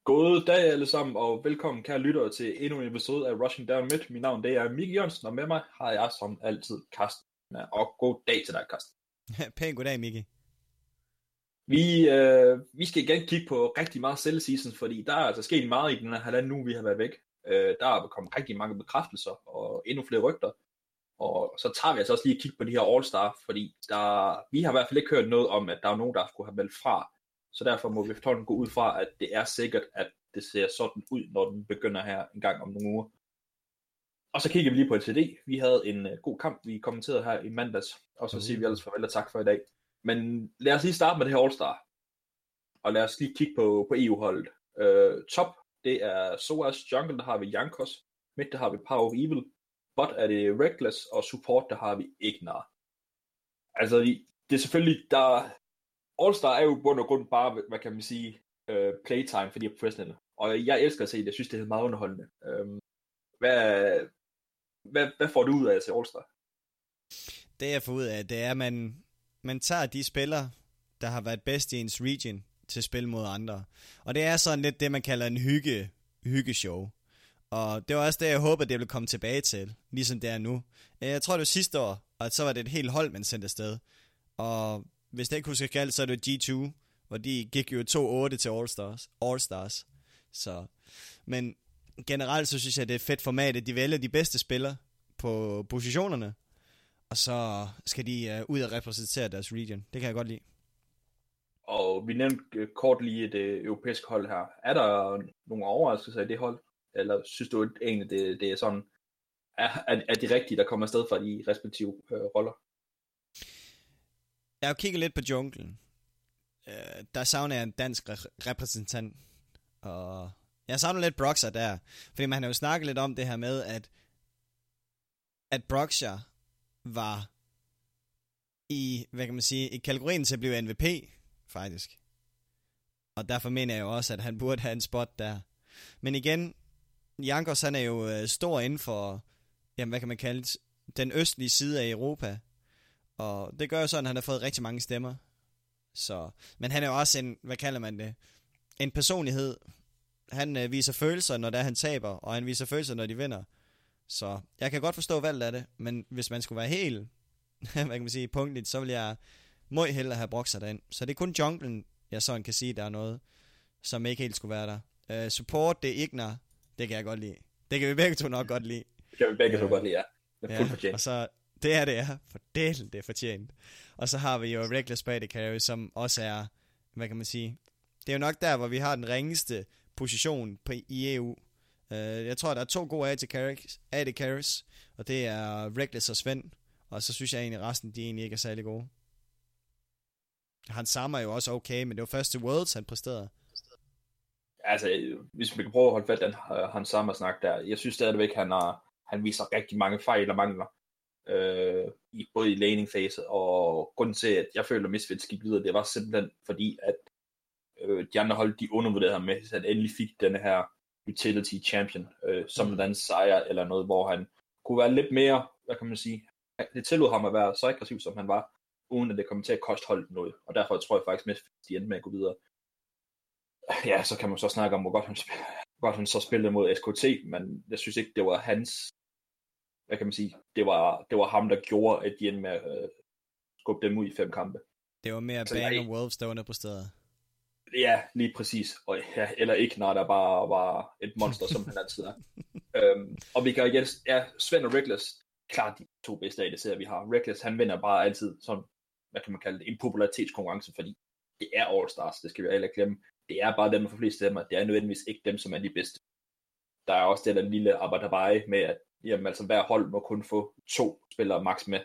God dag alle sammen, og velkommen kære lyttere til endnu en episode af Rushing Down Mid. Mit navn det er Mikael Jørgensen, og med mig har jeg som altid Carsten. Og god dag til dig, Carsten. Pæn goddag, Miki. Vi skal igen kigge på rigtig meget sell season, fordi der er altså sket meget i den her halvanden uge, vi har været væk. Der er kommet rigtig mange bekræftelser og endnu flere rygter. Og så tager vi altså også lige at kigge på de her All-Star, fordi vi har i hvert fald ikke hørt noget om, at der er nogen, der skulle have meldt fra. Så derfor må vi efterhånden gå ud fra, at det er sikkert, at det ser sådan ud, når den begynder her en gang om nogle uger. Og så kigger vi lige på LCD. Vi havde en god kamp, vi kommenterede her i mandags, og så siger vi ellers farvel og tak for i dag. Men lad os lige starte med det her All-Star. Og lad os lige kigge på EU-holdet. Top, det er Soas. Jungle, der har vi Jankos. Mid, der har vi Power of Evil. Bot er det Reckless, og support, der har vi Ignar. Altså, det er selvfølgelig, All-Star er jo i bund og grund bare, hvad kan man sige, playtime for de her professionelle. Og jeg elsker at se det. Jeg synes, det er meget underholdende. Hvad får du ud af til All-Star? Det jeg får ud af, det er, at man tager de spillere, der har været bedst i ens region, til at spille mod andre. Og det er sådan lidt det, man kalder en hyggeshow. Og det var også det, jeg håber, det vil komme tilbage til, ligesom det er nu. Jeg tror, det var sidste år, og så var det et helt hold, man sendte afsted. Og hvis det ikke husker galt, så er det G2, hvor de gik jo 2-8 til All-Stars. Så, men generelt så synes jeg, det er et fedt format, at de vælger de bedste spillere på positionerne, og så skal de ud og repræsentere deres region. Det kan jeg godt lide. Og vi nævnte kort lige det europæiske hold her. Er der nogle overraskelser i det hold? Eller synes du egentlig, det er sådan, er de rigtige, der kommer afsted fra de respektive roller? Jeg har kigget lidt på junglen. Der savner jeg en dansk repræsentant. Og jeg savner lidt Broxer der. Fordi man har jo snakket lidt om det her med, at Broxer var i, hvad kan man sige, i kategorien til at blive MVP, faktisk. Og derfor mener jeg jo også, at han burde have en spot der. Men igen, Jankos, han er jo stor inden for, jamen hvad kan man kalde det, den østlige side af Europa. Og det gør jo sådan, at han har fået rigtig mange stemmer. Så, men han er jo også en, hvad kalder man det, en personlighed. Han viser følelser, når det er, han taber, og han viser følelser, når de vinder. Så jeg kan godt forstå valget af det, men hvis man skulle være helt, hvad kan man sige, punktligt, så vil jeg meget hellere have Broxer derind. Så det er kun junglen, jeg sådan kan sige, der er noget, som ikke helt skulle være der. Support, det er Ignar, det kan jeg godt lide. Det kan vi begge to nok godt lide. Det kan vi begge to godt lide, ja. Det er fuldt fortjent. Og så, det er, for det er fortjent. Og så har vi jo Reckless bag det carry, som også er, hvad kan man sige, det er jo nok der, hvor vi har den ringeste position i EU. Jeg tror, der er 2 gode AD carries, og det er Reckless og Svend. Og så synes jeg egentlig, resten, de egentlig ikke er særlig gode. Han Sammer er jo også okay, men det var først til Worlds, han præsterede. Altså, hvis vi kan prøve at holde fat af han Sammer snak der, jeg synes stadigvæk, han viser rigtig mange fejl og mangler. Både i laning phase, og grunden til, at jeg føler, at Misfits gik videre, det var simpelthen fordi, at de andre hold, de undervurderede ham med, at han endelig fik denne her utility champion, som en anden sejr, eller noget, hvor han kunne være lidt mere, hvad kan man sige, det tillod ham at være så aggressiv, som han var, uden at det kom til at koste holdet noget, og derfor tror jeg faktisk, at Misfits de endte med at gå videre. Ja, så kan man så snakke om, hvor godt han så spillede mod SKT, men jeg synes ikke, det var hans, hvad kan man sige, det var ham, der gjorde, at de endte med at skubbe dem ud i 5 kampe. Det var mere Bang og Wolves, der var på stedet. Ja, lige præcis. Og, ja, eller ikke, når der bare var et monster, som han altid er. Og vi kan igen, Svend og Reckless, klart de 2 bedste af det ser vi har. Reckless, han vinder bare altid sådan, hvad kan man kalde det, en popularitetskonkurrence, fordi det er All-Stars, det skal vi heller glemme. Det er bare dem, der får flest stemmer. Det er nødvendigvis ikke dem, som er de bedste. Der er også det der lille arbejde med, at jamen, altså, hver hold må kun få 2 spillere max med.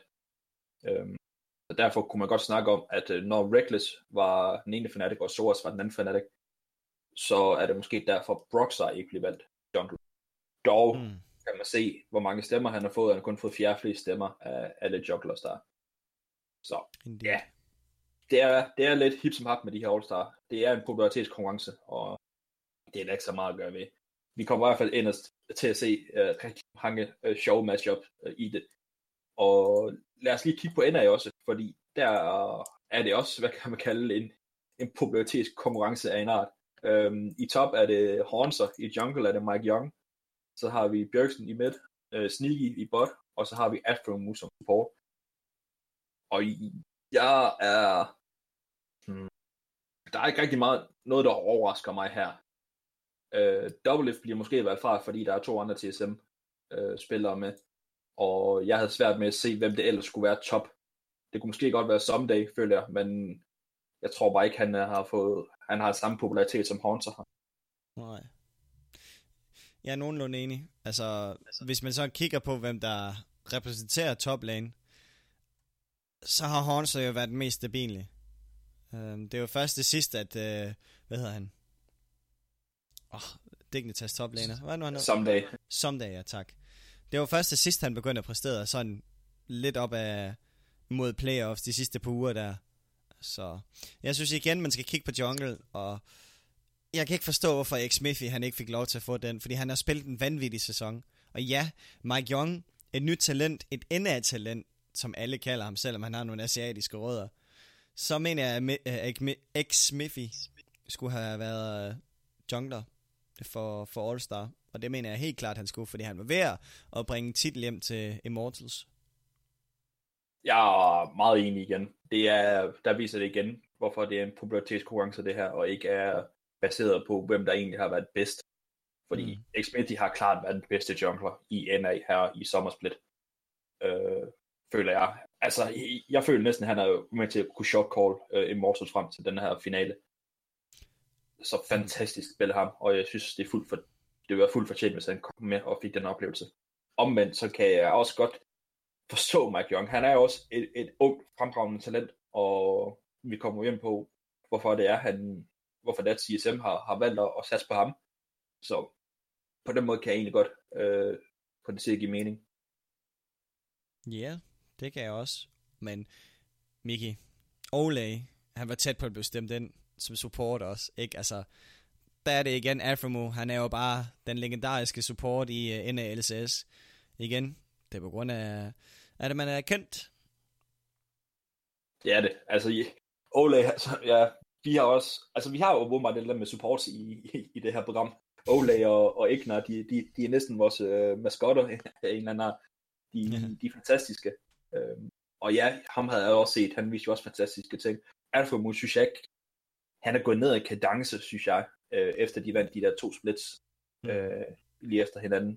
Så derfor kunne man godt snakke om, at når Reckless var den ene Fnatic, og Source var den anden Fnatic, så er det måske derfor Broxer ikke blev valgt jungle. Dog kan man se, hvor mange stemmer han har fået. Han har kun fået 4 flest stemmer af alle junglers der. Så ja, det er lidt hip som hap med de her All-Star. Det er en popularitetskonkurrence, og det er der ikke så meget at gøre ved. Vi kommer i hvert fald endest til at se rigtig mange sjove matchup i det. Og lad os lige kigge på NA også, fordi der er det også, hvad kan man kalde, en popularitetskonkurrence af en art. I top er det Hornser, i jungle er det Mike Young, så har vi Bjergsen i mid, Sneaky i bot, og så har vi Afromu som support. Og jeg er... Der er ikke rigtig meget noget, der overrasker mig her. Doublelift bliver måske valgt fra, fordi der er 2 andre TSM-spillere med, og jeg havde svært med at se, hvem det ellers skulle være top. Det kunne måske godt være Someday, føler jeg, men jeg tror bare ikke, han har samme popularitet som Hunter har. Nej. Jeg er nogenlunde enig. Altså, hvis man så kigger på, hvem der repræsenterer top lane, så har Hunter jo været den mest stabile. Det er jo først det sidste, at... hvad hedder han? Dignitas toplaner. Hvad er nu han? Someday, ja tak. Det var først det sidste, han begyndte at præstere sådan lidt op af mod playoffs de sidste par uger der. Så jeg synes igen, man skal kigge på jungle, og jeg kan ikke forstå, hvorfor X-Miffy han ikke fik lov til at få den, fordi han har spillet en vanvittig sæson. Og ja, Mike Young, et nyt talent, et NA-talent, som alle kalder ham, selvom han har nogle asiatiske rødder. Så mener jeg, at X-Miffy skulle have været jungler for All-Star. Og det mener jeg helt klart, han skulle, fordi han var ved at bringe en titel hjem til Immortals. Jeg er meget enig igen. Der viser det igen, hvorfor det er en popularitetskonkurrence det her, og ikke er baseret på, hvem der egentlig har været bedst. Fordi X-Miffy har klart været den bedste jungler i NA her i Sommersplit. Føler jeg. Altså, jeg føler næsten, at han er med til at kunne shotcall Immortals frem til den her finale. Så fantastisk spiller ham, og jeg synes, det var fuldt fortjent, hvis han kom med og fik den oplevelse. Omvendt, så kan jeg også godt forstå Mike Young. Han er jo også et ungt, fremragende talent, og vi kommer hjem på, hvorfor det er, CSM har valgt at satse på ham. Så på den måde kan jeg egentlig godt på det til at give mening. Ja, det kan jeg også. Men Miki, Olay, han var tæt på at blive stemt ind som support også, ikke? Altså, der er det igen, Afromu, han er jo bare den legendariske support i NALCS. Igen, det er på grund af, at man er kendt. Det er det. Altså, Olay, altså, ja, vi har jo åbenbart det der med supports i det her program. Olay og Ignar, de er næsten vores maskotter af en eller anden art. De er fantastiske. Og ja, ham havde jeg også set. Han viste jo også fantastiske ting. Afromu, synes jeg ikke, han er gået ned af kadence, synes jeg, efter de vandt de der 2 splits lige efter hinanden.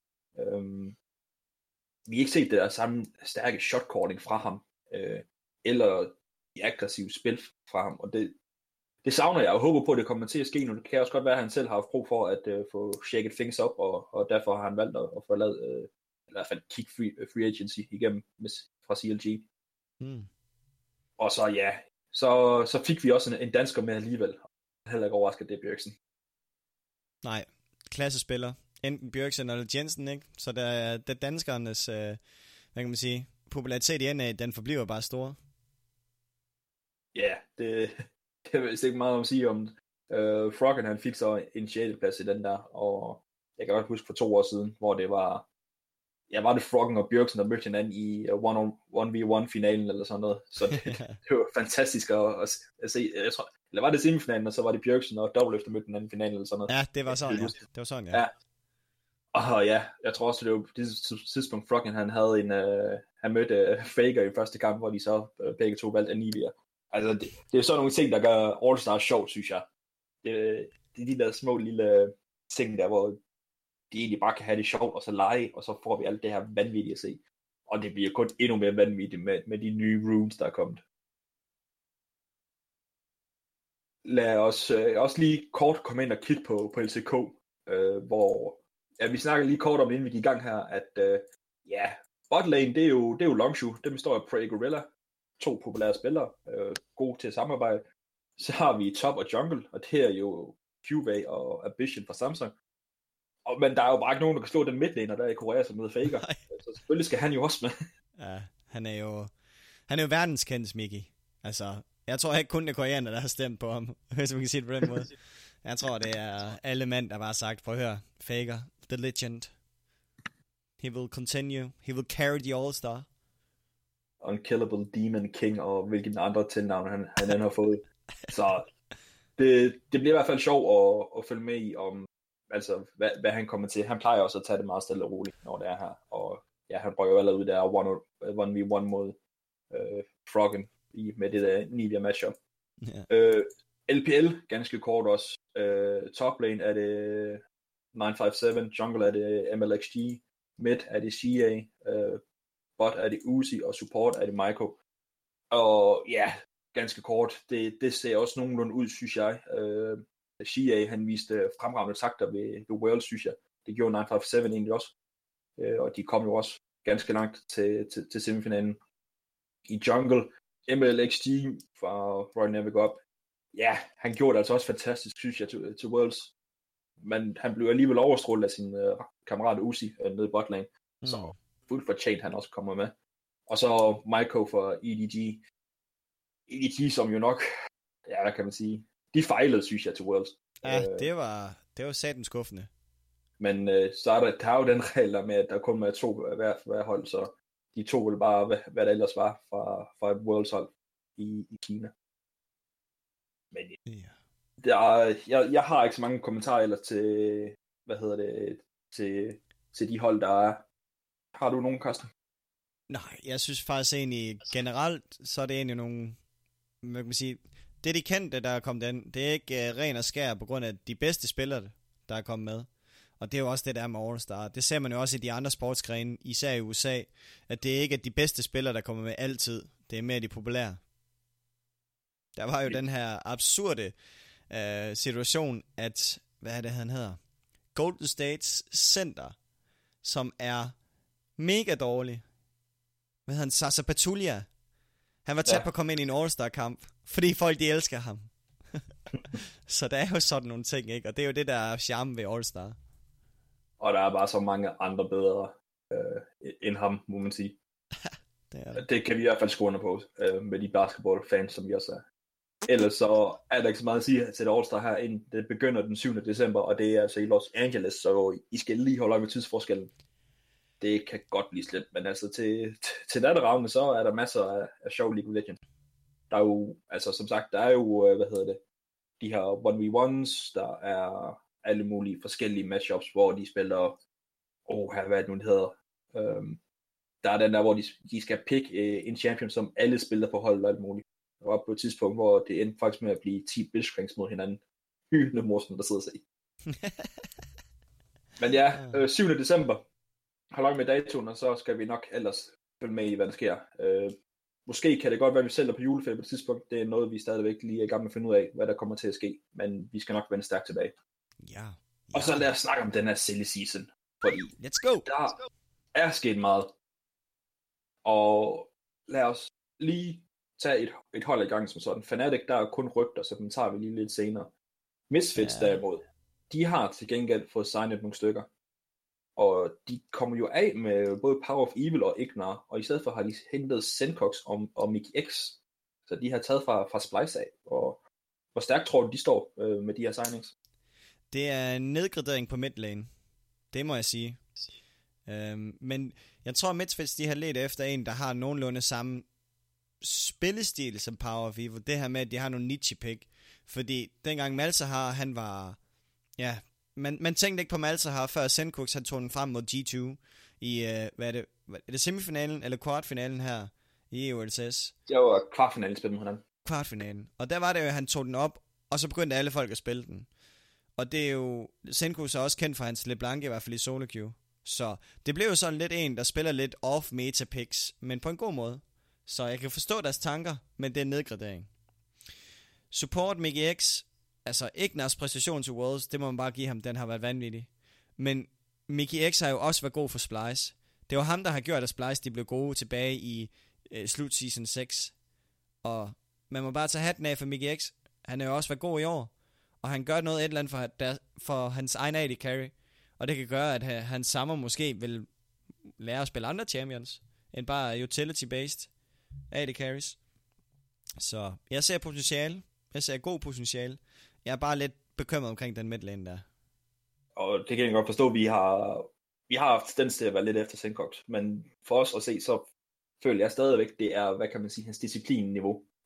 Vi har ikke set det der samme stærke shotcalling fra ham, eller de aggressive spil fra ham, og det savner jeg, og håber på, at det kommer til at ske nu. Det kan også godt være, at han selv har haft brug for at få shaket things up, og derfor har han valgt at forlade, i hvert fald kick free agency igennem fra CLG. Og så ja, så fik vi også en dansker med alligevel. Heller ikke overrasket, det er Bjergsen. Nej, klassespiller. Enten Bjergsen eller Jensen, ikke? Så det er danskernes, hvad kan man sige, popularitet i NA, den forbliver bare stor. Ja, det er vist ikke meget at sige om. Froggen, han fik så en 6. plads i den der, og jeg kan godt huske for 2 år siden, hvor det var det Froggen og Bjergsen, der mødte hinanden i 1v1-finalen eller sådan noget. Så det var fantastisk at se. Jeg tror, eller var det semifinalen, og så var det Bjergsen og Doublelift, der mødte hinanden i finalen eller sådan noget. Ja, det var sådan, ja. Det var sådan, ja. Og ja, jeg tror også, det var på det tidspunkt, Froggen, han mødte Faker i første kamp, hvor de så begge to valgte Anivia. Altså, det er sådan nogle ting, der gør All-Star sjovt, synes jeg. Det er de der små lille ting der, hvor de egentlig bare kan have det sjovt, og så lege, og så får vi alt det her vanvittige at se. Og det bliver kun endnu mere vanvittigt med de nye runes, der er kommet. Lad os også lige kort komme ind og kigge på LCK, hvor vi snakker lige kort om, inden vi gik i gang her, at botlane, det er jo Longshu. Det består af Prey Gorilla, 2 populære spillere, gode til at samarbejde. Så har vi top og jungle, og det er jo QV og Ambition fra Samsung. Men der er jo bare ikke nogen, der kan slå den midlaner, der i Korea, som hedder Faker. Så selvfølgelig skal han jo også med. Ja, han er jo verdenskendt, Miki. Altså, jeg tror ikke kun det koreaner, der har stemt på ham, hvis man kan sige det på den måde. Jeg tror, det er alle mænd, der bare har sagt, prøv at høre, Faker, the legend. He will continue. He will carry the All-Star. Unkillable Demon King, og hvilken andre tilnavn han har fået. Så det bliver i hvert fald sjovt at følge med i, om altså, hvad han kommer til. Han plejer også at tage det meget stille og roligt, når det er her. Og ja, han prøver jo allerede ud der 1v1 mod Froggen med det der Nivea matchup. Yeah. LPL, ganske kort også. Top lane er det 957, jungle er det MLXG, mid er det CA, bot er det Uzi, og support er det Maiko. Og ja, ganske kort, det ser også nogenlunde ud, synes jeg. CA, han viste fremragende takter ved World, synes jeg. Det gjorde 957 egentlig også. Og de kom jo også ganske langt til semifinalen. I jungle, MLXG fra Royal Navy Up. Ja, han gjorde det altså også fantastisk, synes jeg, til Worlds. Men han blev alligevel overstrålet af sin kammerat Uzi nede i botlane. Så fuldt fortjent han også kommer med. Og så Maiko for EDG. EDG, som jo nok, ja, hvad kan man sige, de fejlede, synes jeg, til Worlds. Ja, det var satans skuffende. Men så er der jo den regel med, at der kun er 2 hver hold, så de 2 vil bare, hvad der ellers var fra et Worlds hold i Kina. Men jeg har ikke så mange kommentarer ellers til, til de hold, der er. Har du nogen, Karsten? Nej, jeg synes faktisk egentlig, generelt, så er det egentlig nogle, hvad kan man sige, det er de kendte, der er kommet ind. Det er ikke ren og skær på grund af de bedste spillere, der er kommet med. Og det er jo også det, der er med All-Star. Det ser man jo også i de andre sportsgrene, især i USA, at det ikke er de bedste spillere, der kommer med altid. Det er mere de populære. Der var jo den her absurde situation, at, hvad er det, han hedder? Golden States center, som er mega dårlig. Hvad hedder han? Sasa Pachulia. Han var tæt på at komme ind i en All-Star-kamp, fordi folk, de elsker ham. Så der er jo sådan nogle ting, ikke? Og det er jo det, der er charmen ved All-Star. Og der er bare så mange andre bedre end ham, må man sige. Det kan vi i hvert fald score under på, med de basketball-fans, som vi også er. Ellers så er der ikke så meget at sige til det All-Star her, inden det begynder den 7. december, og det er altså i Los Angeles, så I skal lige holde øje med tidsforskellen. Det kan godt blive slemt, men altså til natteravne, så er der masser af sjov League of Legends. Der er jo, altså som sagt, der er jo, de her 1v1s, der er alle mulige forskellige matchups, hvor de spiller, hvad er det nu, det hedder? Der er den der, hvor de skal pick en champion, som alle spiller på holdet og alt muligt. Der var på et tidspunkt, hvor det endte faktisk med at blive 10 Blitzcranks mod hinanden. Hyldende morsen, der sidder sig i. Men ja, 7. december. Hold øje med datoen, og så skal vi nok ellers følge med i, hvad der sker. Måske kan det godt være, at vi sælger på juleferie på et tidspunkt. Det er noget, vi stadigvæk lige er i gang med at finde ud af, hvad der kommer til at ske. Men vi skal nok vende stærkt tilbage. Ja. Og så lad os snakke om den her silly season. Fordi let's go. Der er sket meget. Og lad os lige tage et hold i gang som sådan. Fnatic, der er kun rygter, så den tager vi lige lidt senere. Misfits derimod, de har til gengæld fået signet nogle stykker. Og de kommer jo af med både Power of Evil og Ignar, og i stedet for har de hentet Senkox og Mickey X. Så de har taget fra Splice af. Og hvor stærkt tror du, de står med de her signings? Det er en nedgradering på midlane. Det må jeg sige. Men jeg tror, Misfits, de har let efter en, der har nogenlunde samme spillestil som Power of Evil. Det her med, at de har nogle niche-pick. Fordi dengang Malzahar, han var... Ja, man tænkte ikke på Malzahar, før Senkox han tog den frem mod G2 i, er det semifinalen eller kvartfinalen her i EULSS? Det var kvartfinalen, spillede med hinanden. Kvartfinalen. Og der var det jo, at han tog den op, og så begyndte alle folk at spille den. Og det er jo... Senkox er også kendt for hans LeBlanc, i hvert fald i solo queue. Så det blev jo sådan lidt en, der spiller lidt off-meta picks, men på en god måde. Så jeg kan forstå deres tanker, men det er en nedgradering. Support Mickey X, altså Ignars præstation til Worlds, det må man bare give ham, den har været vanvittig. Men Mickey X har jo også været god for Splice. Det var ham, der har gjort, at Splice de blev gode tilbage i slut season 6. Og man må bare tage hatten af for Mickey X. Han har jo også været god i år, og han gør noget et eller andet for hans egen AD carry. Og det kan gøre, at hans Summer måske vil lære at spille andre champions, end bare utility-based AD carries. Så jeg ser potentiale. Jeg ser god potentiale. Jeg er bare lidt bekymret omkring den midlane der. Og det kan jeg godt forstå, vi har haft tendens til at være lidt efter Senkox. Men for os at se, så føler jeg stadigvæk, det er, hvad kan man sige, hans disciplin-niveau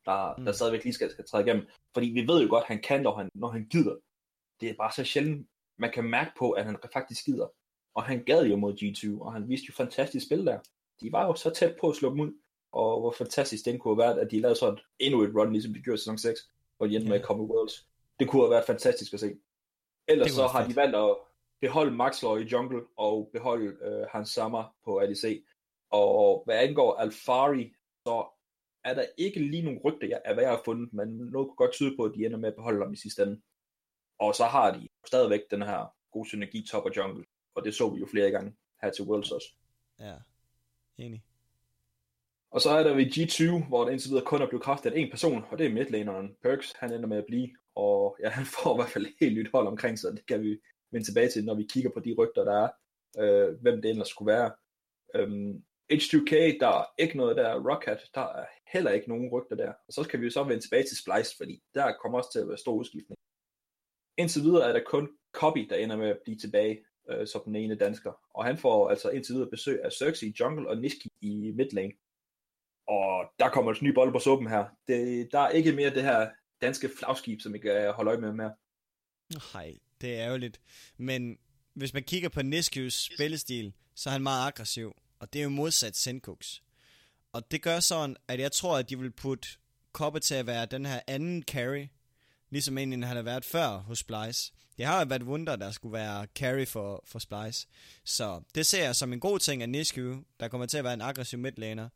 der stadigvæk lige skal træde igennem. Fordi vi ved jo godt, at han kan, når han gider. Det er bare så sjældent, man kan mærke på, at han faktisk gider. Og han gad jo mod G2, og han viste jo fantastisk spil der. De var jo så tæt på at slå dem ud, og hvor fantastisk det kunne have været, at de lavede sådan endnu et run, ligesom de gjorde i sæson 6, hvor de endte med at komme i Worlds. Det kunne have været fantastisk at se. Ellers så har de valgt at beholde Maxlaw i jungle, og beholde Hans Sommer på ADC. Og hvad angår Alphari, så er der ikke lige nogen rygter af, hvad jeg har fundet, men noget kunne godt tyde på, at de ender med at beholde ham i sidste ende. Og så har de stadigvæk den her gode synergi top og jungle, og det så vi jo flere gange her til Worlds også. Ja, enig. Og så er der ved G2, hvor det indtil videre kun er blevet kraftet af en person, og det er midlaneren Perkz, han ender med at blive, og ja, han får i hvert fald et helt nyt hold omkring sig, det kan vi vende tilbage til, når vi kigger på de rygter, der er, hvem det ellers skulle være. H2K, der er ikke noget der, Rockhat, der er heller ikke nogen rygter der, og så skal vi jo så vende tilbage til Splyce, fordi der kommer også til at være stor udskiftning. Indtil videre er der kun Copy, der ender med at blive tilbage, som den ene dansker, og han får altså indtil videre besøg af Xerxes i jungle og Niski i midlane. Og der kommer altså nye bolde på suppen her. Der er ikke mere det her danske flagskib, som I kan holde øje med mere. Nej, det er ærgerligt. Men hvis man kigger på Niskis spillestil, så er han meget aggressiv. Og det er jo modsat Sencux. Og det gør sådan, at jeg tror, at de vil putte Koppe til at være den her anden carry, ligesom egentlig han har været før hos Splyce. Det har jo været Wunder, der skulle være carry for Splyce. Så det ser jeg som en god ting af Niski, der kommer til at være en aggressiv midlaner.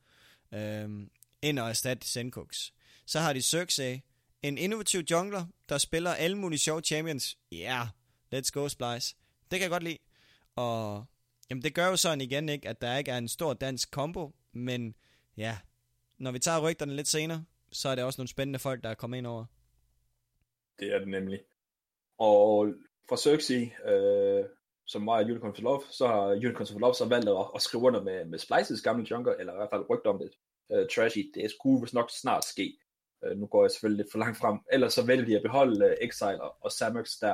Ind og erstatte Sencux. Så har de Xerxes, en innovativ jungler, der spiller alle mulige sjove champions. Ja, let's go Splyce. Det kan jeg godt lide. Og jamen, det gør jo sådan igen ikke, at der ikke er en stor dansk combo, men ja, når vi tager rygterne lidt senere, så er det også nogle spændende folk, der er kommet ind over. Det er det nemlig. Og fra Xerxes, som var Unicorns of Love, så har Unicorns of Love så valgt at skrive under med Splyces gamle junker, eller i hvert fald rygter om det. Trashy, det skulle vist nok snart ske. Nu går jeg selvfølgelig lidt for langt frem. Ellers så vælger de at beholde Exile og Samux der.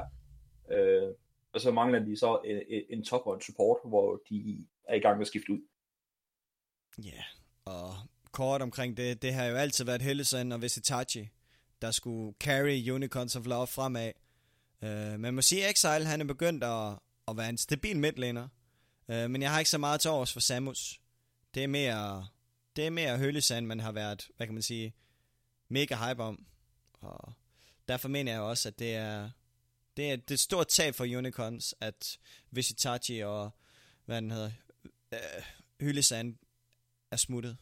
Og så mangler de så en top og en support, hvor de er i gang med at skifte ud. Ja, yeah. Og kort omkring det har jo altid været Hellesand og Visitachi, der skulle carry Unicorns of Love fremad. Man må sige, at Exile han er begyndt at være en stabil midlaner. Men jeg har ikke så meget til overs for Samus. Det er mere Hellesand, man har været, hvad kan man sige, mega hype om. Og derfor mener jeg også, at det er et stort tab for Unicorns, at Visitachi og, hvad den hedder, Hellesand er smuttet.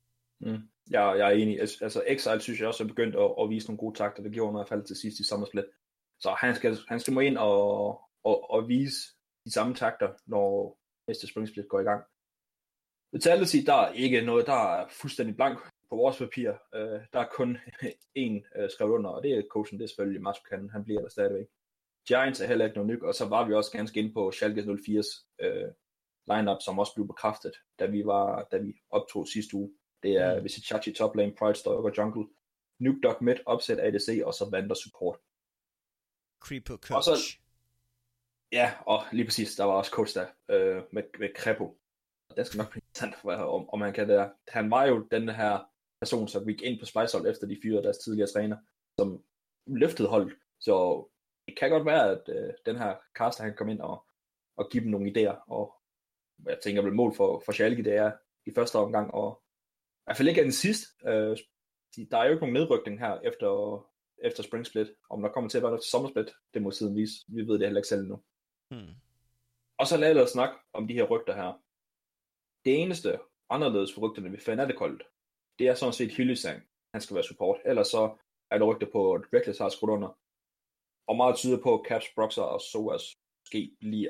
Jeg er enig. Altså Exile synes jeg også er begyndt at vise nogle gode takter. Det gjorde han i hvert fald til sidst i Sommersplit. Så han skal må ind og vise de samme takter, når næste Spring-split går i gang. Vitality, der er ikke noget, der er fuldstændig blank på vores papir. Der er kun én skrevet under, og det er coachen, det er selvfølgelig Masukhan. Han bliver der stadigvæk. Giants er heller ikke noget nyt, og så var vi også ganske inde på Schalke 04's lineup, som også blev bekræftet, da vi optog sidste uge. Det er Visitachi top lane, Pride, Stoiber jungle, Nuke Dog mid, Upset ADC, og så Vander support. Creeper coach. Og så, ja, og lige præcis, der var også coach der med Krepo. Det skal nok blive interessant for, om han kan det. Han var jo den her person, som gik ind på Splyce-hold efter de fyrede deres tidligere træner, som løftede holdet. Så det kan godt være, at den her caster, han kom ind og give dem nogle idéer. Og jeg tænker vel mål for Schalke, det er i første omgang, og i hvert fald ikke af den sidste. Der er jo ikke nogen nedrykning her efter Spring Split. Om der kommer til at være noget til Sommersplit, det må tiden vise. Vi ved det heller ikke selv endnu. Og så lad os snakke om de her rygter her. Det eneste anderledes for rygterne ved Fnatic-holdet, det er sådan set Hyllisang, han skal være support. Ellers så er der rygter på, at Reckless har skruet under. Og meget tyder på, at Caps, Broxer og Soas måske bliver.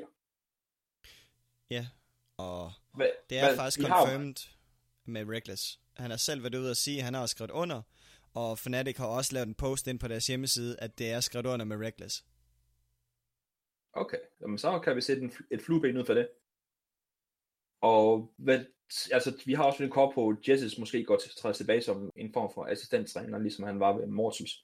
Ja, og det er faktisk confirmed med Reckless. Han har selv været ude at sige, at han har skrevet under, og Fnatic har også lavet en post ind på deres hjemmeside, at det er skrevet under med Reckless. Okay, jamen så kan vi sætte et flueben ud for det. Og vi har også en kort på, at Jesus måske går tilbage som en form for assistenttræner, ligesom han var ved Morsus.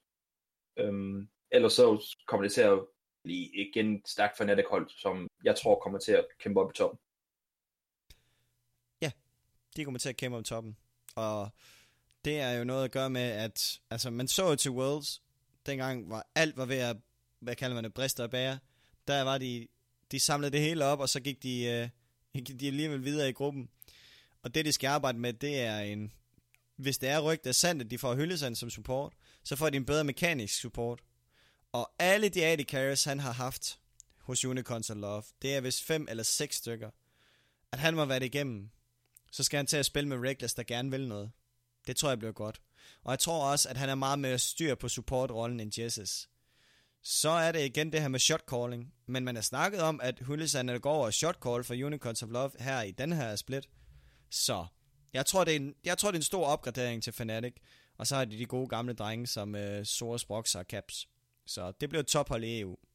Ellers så kommer det til at blive igen stærkt Fnatic-hold, som jeg tror kommer til at kæmpe op i toppen. Ja, de kommer til at kæmpe om toppen. Og Det er jo noget at gøre med, at altså, man så jo til Worlds, dengang var alt var ved at, hvad kalder man det, briste og bære. Der var de samlede det hele op, og så gik de alligevel videre i gruppen. Og det, de skal arbejde med, det er hvis det er rygtet er sandt, at de får Hylleson som support, så får de en bedre mekanisk support. Og alle de AD carries, han har haft hos Unicorns og Love, det er vist 5 eller 6 stykker. At han må være det igennem, så skal han til at spille med Reckless, der gerne vil noget. Det tror jeg bliver godt. Og jeg tror også, at han er meget mere styr på supportrollen end Jesus. Så er det igen det her med shot calling. Men man har snakket om, at Hylleson går over shot call for Unicorns of Love her i den her split. Så jeg tror, det er en stor opgradering til Fnatic. Og så har de gode gamle drenge som Source, Broxer og Caps. Så det bliver et tophold i EU.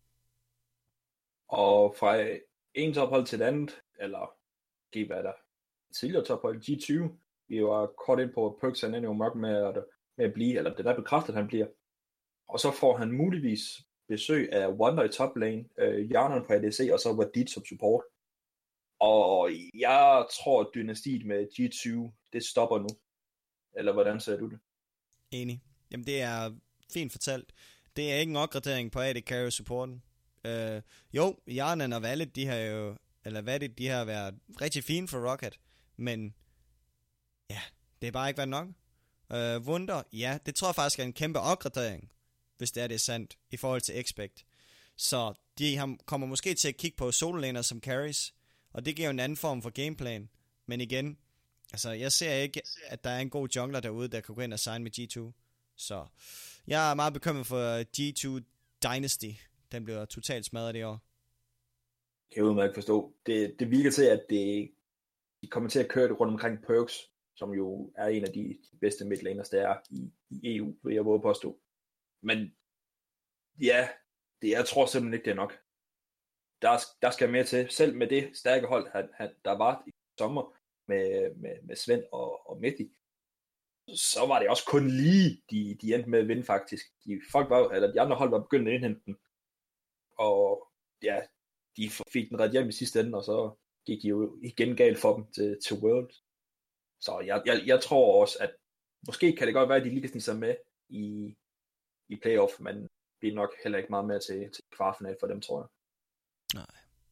Og fra en tophold til et andet, eller hvad der tidligere tophold, G20, vi var kort ind på, at Perkz han er jo mørk med at blive, eller det der bekræftet, han bliver. Og så får han muligvis besøg af Wonder i top lane, Jarnan på ADC, og så Wadid som support. Og jeg tror, at dynastiet med G20, det stopper nu. Eller hvordan ser du det? Enig. Jamen det er fint fortalt. Det er ikke en opgradering på AD Carry supporten. Jo, Jarnan og Valit, de har været rigtig fine for Rocket, men ja, det er bare ikke været nok. Wunder, ja, det tror jeg faktisk er en kæmpe opgradering, hvis det er sandt, i forhold til Expect. Så de kommer måske til at kigge på solo-laner som carries, og det giver jo en anden form for gameplan. Men igen, altså jeg ser ikke, at der er en god jungler derude, der kan gå ind og sign med G2. Så jeg er meget bekymret for G2 Dynasty. Den bliver totalt smadret i år. Kan jeg udmærket forstå. Det virker til, at de kommer til at køre det rundt omkring Perkz, som jo er en af de bedste midlaners, der er i EU, vil jeg våge påstå. Men ja, jeg tror simpelthen ikke, det er nok. Der skal mere til. Selv med det stærke hold, der var i sommer med Svend og Mehdi, så var det også kun lige, de endte med at vinde faktisk. De andre hold var begyndt at indhente den. Og ja, de fik den ret hjem i sidste ende, og så gik de jo igen galt for dem til World. Så jeg tror også, at måske kan det godt være, at de lige kan snige sig med i playoff, men det er nok heller ikke meget mere til kvartfinal for dem, tror jeg. Nej.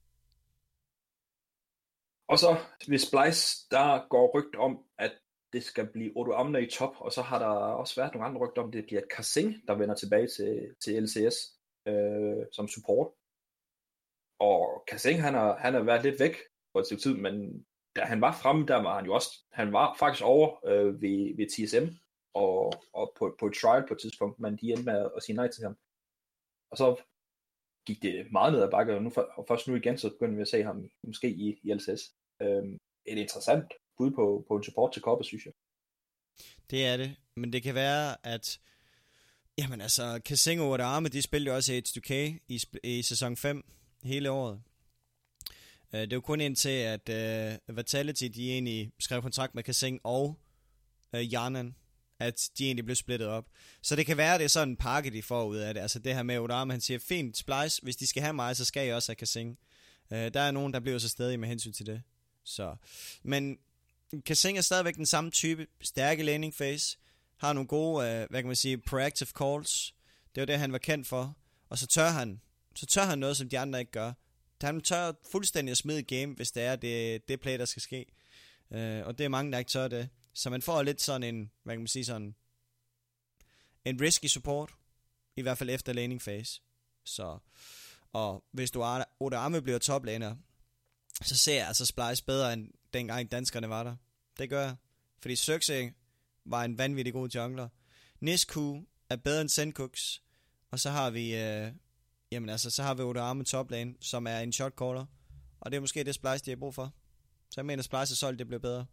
Og så ved Splyce, der går rygter om, at det skal blive Odo Amner i top, og så har der også været nogle andre rygter om, det bliver Kasing, der vender tilbage til LCS som support. Og Kasing, han har været lidt væk for et stykke tid, men da han var fremme, der var han var faktisk over ved TSM, og på et trial på et tidspunkt, men de endte med at sige nej til ham. Og så gik det meget ned ad bakke, og først nu igen, så begynder vi at se ham måske i LCS. Et interessant bud på en support til Copper, synes jeg. Det er det, men det kan være, at jamen altså, Kasing og Arme, de spiller jo også i H2K i sæson 5 hele året. Det er jo kun indtil, at Vitality, de egentlig skrev kontrakt med Kasing og Jarnan, at de egentlig blev splittet op. Så det kan være, det er sådan en pakke, de får ud af det. Altså det her med Odama, han siger, fint, Splyce, hvis de skal have mig, så skal jeg også have Kasing. Der er nogen, der bliver så stadig med hensyn til det. Så. Men Kasing er stadigvæk den samme type, stærke laning phase, har nogle gode, hvad kan man sige, proactive calls. Det var det, han var kendt for. Og så tør han noget, som de andre ikke gør. Han tør fuldstændig at smide game, hvis det er det play, der skal ske. Og det er mange, der ikke tør det. Så man får lidt sådan en, hvad kan man sige, sådan en risky support, i hvert fald efter laning phase. Så, og hvis du Oda Arme bliver toplaner, så ser jeg altså Splyce bedre, end dengang danskerne var der. Det gør jeg. Fordi Circe var en vanvittig god jungler. Nisku er bedre end Sencooks. Og så har vi, så har vi Oda Arme toplane, som er en shotcaller. Og det er måske det Splyce, de har brug for. Så jeg mener, Splyce solgt, det bliver bedre.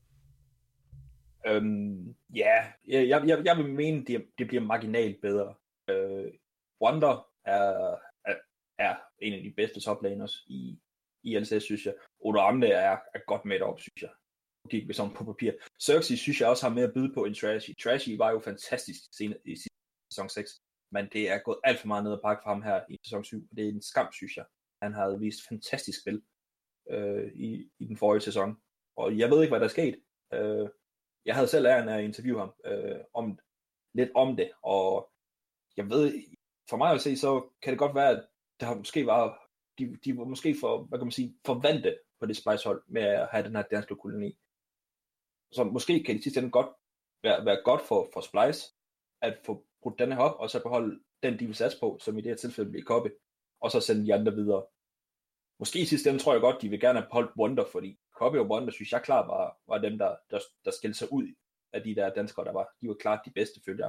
Jeg vil mene, det bliver marginalt bedre. Wonder er en af de bedste toplaners i LCS, synes jeg. Odo Amne er godt med op, synes jeg. Gik vi sådan på papir. Circe synes jeg også har mere at byde på end Trashy. Trashy var jo fantastisk i sæson 6, men det er gået alt for meget ned ad bakke for ham her i sæson 7, og det er en skam, synes jeg. Han havde vist fantastisk spil i den forrige sæson, og jeg ved ikke, hvad der er sket. Jeg havde selv æren af at interviewe ham lidt om det, og jeg ved, for mig at se, så kan det godt være, at der måske var, de var måske hvad kan man sige, forvante på det Splice-hold med at have den her danske koloni. Så måske kan det sidste ende godt være godt for Splice, at få brudt den her op, og så beholde den, de vil satse på, som i det her tilfælde bliver Copy, og så sende de andre videre. Måske i sidste ende tror jeg godt, de vil gerne have beholdt Wonder, fordi Copy og Wonder, synes jeg klart var dem, der skilte sig ud af de der danskere, der var. De var klart de bedste følgere.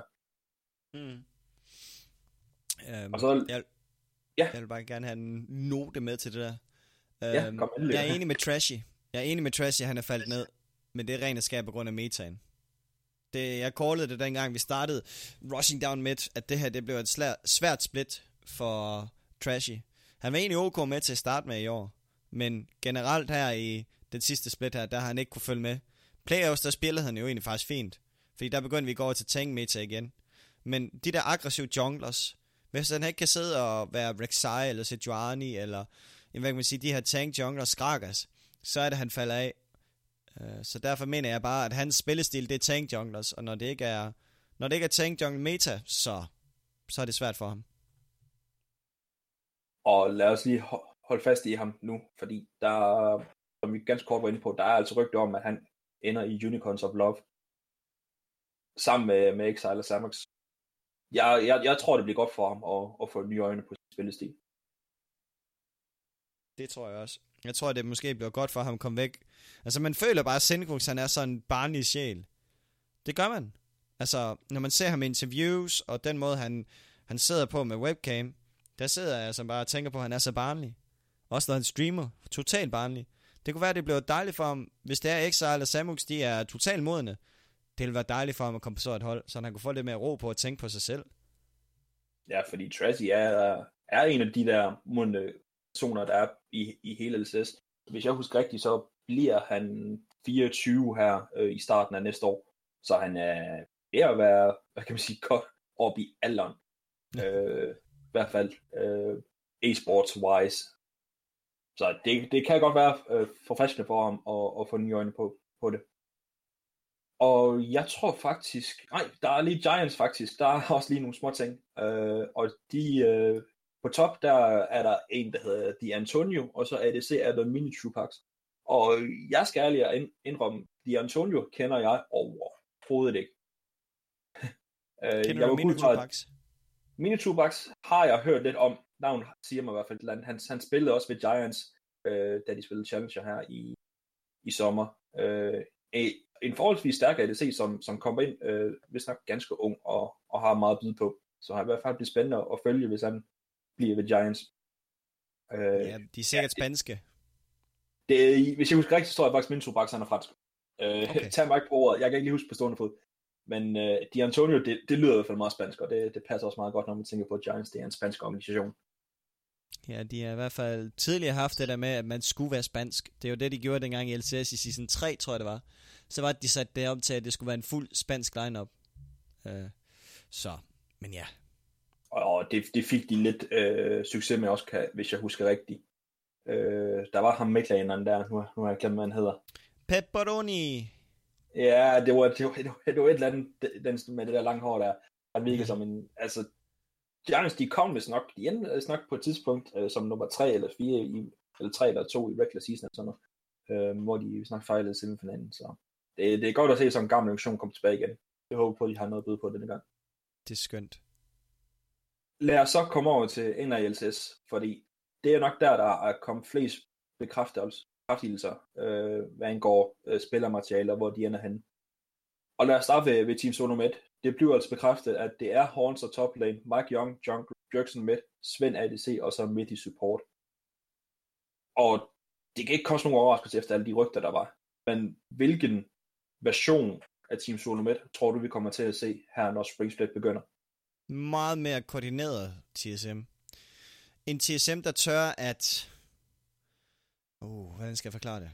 Og så, jeg vil bare gerne have en note med til det der. Jeg er enig med Trashy. Han er faldet ned, men det er rent og skær på grund af metaen. Jeg callede det dengang vi startede Rushing Down Mid, at det her det blev et svært split for Trashy. Han var egentlig ok med til at starte med i år, men generelt her i den sidste split her, der har han ikke kunne følge med. Playoffs, der spillede han jo egentlig faktisk fint, fordi der begyndte vi at gå over til tank meta igen. Men de der aggressive junglers, hvis han ikke kan sidde og være Rek'Sai eller Sejuani, eller hvad kan man sige, de her tank junglers Gragas, så er det, han falder af. Så derfor mener jeg bare, at hans spillestil, det er tank junglers, og når det ikke er tank jungle meta, så er det svært for ham. Og lad os lige holde fast i ham nu, fordi der, som vi ganske kort var inde på, der er altså rygter om, at han ender i Unicorns of Love, sammen med Exile og Samox. Jeg tror, det bliver godt for ham at få nye øjne på sin spillestil. Det tror jeg også. Jeg tror, det måske bliver godt for ham at komme væk. Altså, man føler bare, at Senkrux, han er sådan en barnlig sjæl. Det gør man. Altså, når man ser ham i interviews, og den måde, han sidder på med webcam, der sidder jeg altså bare og tænker på, at han er så barnlig. Også når han streamer. Totalt barnlig. Det kunne være, at det bliver dejligt for ham, hvis det er Exile og Samox, de er totalt modne. Det ville være dejligt for ham at komme på så et hold, så han kunne få lidt mere ro på at tænke på sig selv. Ja, fordi Trashy er en af de der modne personer, der er i hele LCS. Hvis jeg husker rigtigt, så bliver han 24 her i starten af næste år. Så han er ved at være, hvad kan man sige, godt op i alderen. I hvert fald e-sports-wise. Så det kan godt være forfriskende for ham at få nye øjne på det. Og jeg tror faktisk, der er lige Giants faktisk, der er også lige nogle små ting. Og de, på top, der er der en, der hedder The Antonio, og så ADC er der Mini Trupax. Og jeg skal ærligt indrømme, The Antonio kender jeg overhovedet ikke. Kender du Mini Trupax? Mini Trupax har jeg hørt lidt om. Navn siger mig i hvert fald. Han spillede også ved Giants, da de spillede Challenger her i sommer. En forholdsvis stærk ADC, som kommer ind, hvis nok ganske ung, og har meget at byde på. Så han i hvert fald bliver spændende at følge, hvis han bliver ved Giants. Ja, de er sikkert spanske. Hvis jeg husker rigtigt, så tror jeg faktisk, at Mini Trupax han er fransk. Okay. Tag mig ikke på ordet. Jeg kan ikke lige huske på stående fod. Men De Antonio, det lyder i hvert fald meget spansk, og det passer også meget godt, når man tænker på, at Giants det er en spansk organisation. Ja, de har i hvert fald tidligere haft det der med, at man skulle være spansk. Det er jo det, de gjorde dengang i LCS i season 3, tror jeg det var. Så var de sat det op til, at det skulle være en fuld spansk lineup. Men ja. Og det fik de lidt succes med også, hvis jeg husker rigtigt. Der var ham midtlaneren der, nu har jeg glemt, hvad han hedder. Pepperoni! Ja, det var et eller andet med det der lange hår der. Han virkede som en, altså, Giants, de kom vist nok, de endte nok på et tidspunkt som nummer 3 eller 4, eller 3 eller 2 i regular season, eller sådan noget, hvor de snart fejlede semifinalen, så det er godt at se, sådan en gammel organisation komme tilbage igen. Jeg håber på, at de har noget at byde på denne gang. Det er skønt. Lad os så komme over til NRLCS, fordi det er nok der er kommet flest bekræftelser, hvad angår spillermaterialer, hvor de ender henne. Og lad os starte ved Team Solo Med. Det bliver altså bekræftet, at det er Horns og top lane, Mike Young, John Jerkson Med, Sven ADC og så midt i support. Og det kan ikke koste nogen overraskelse efter alle de rygter, der var. Men hvilken version af Team Solo Med tror du, vi kommer til at se her, når Spring Split begynder? Meget mere koordineret TSM. En TSM, der tør at... hvordan skal jeg forklare det?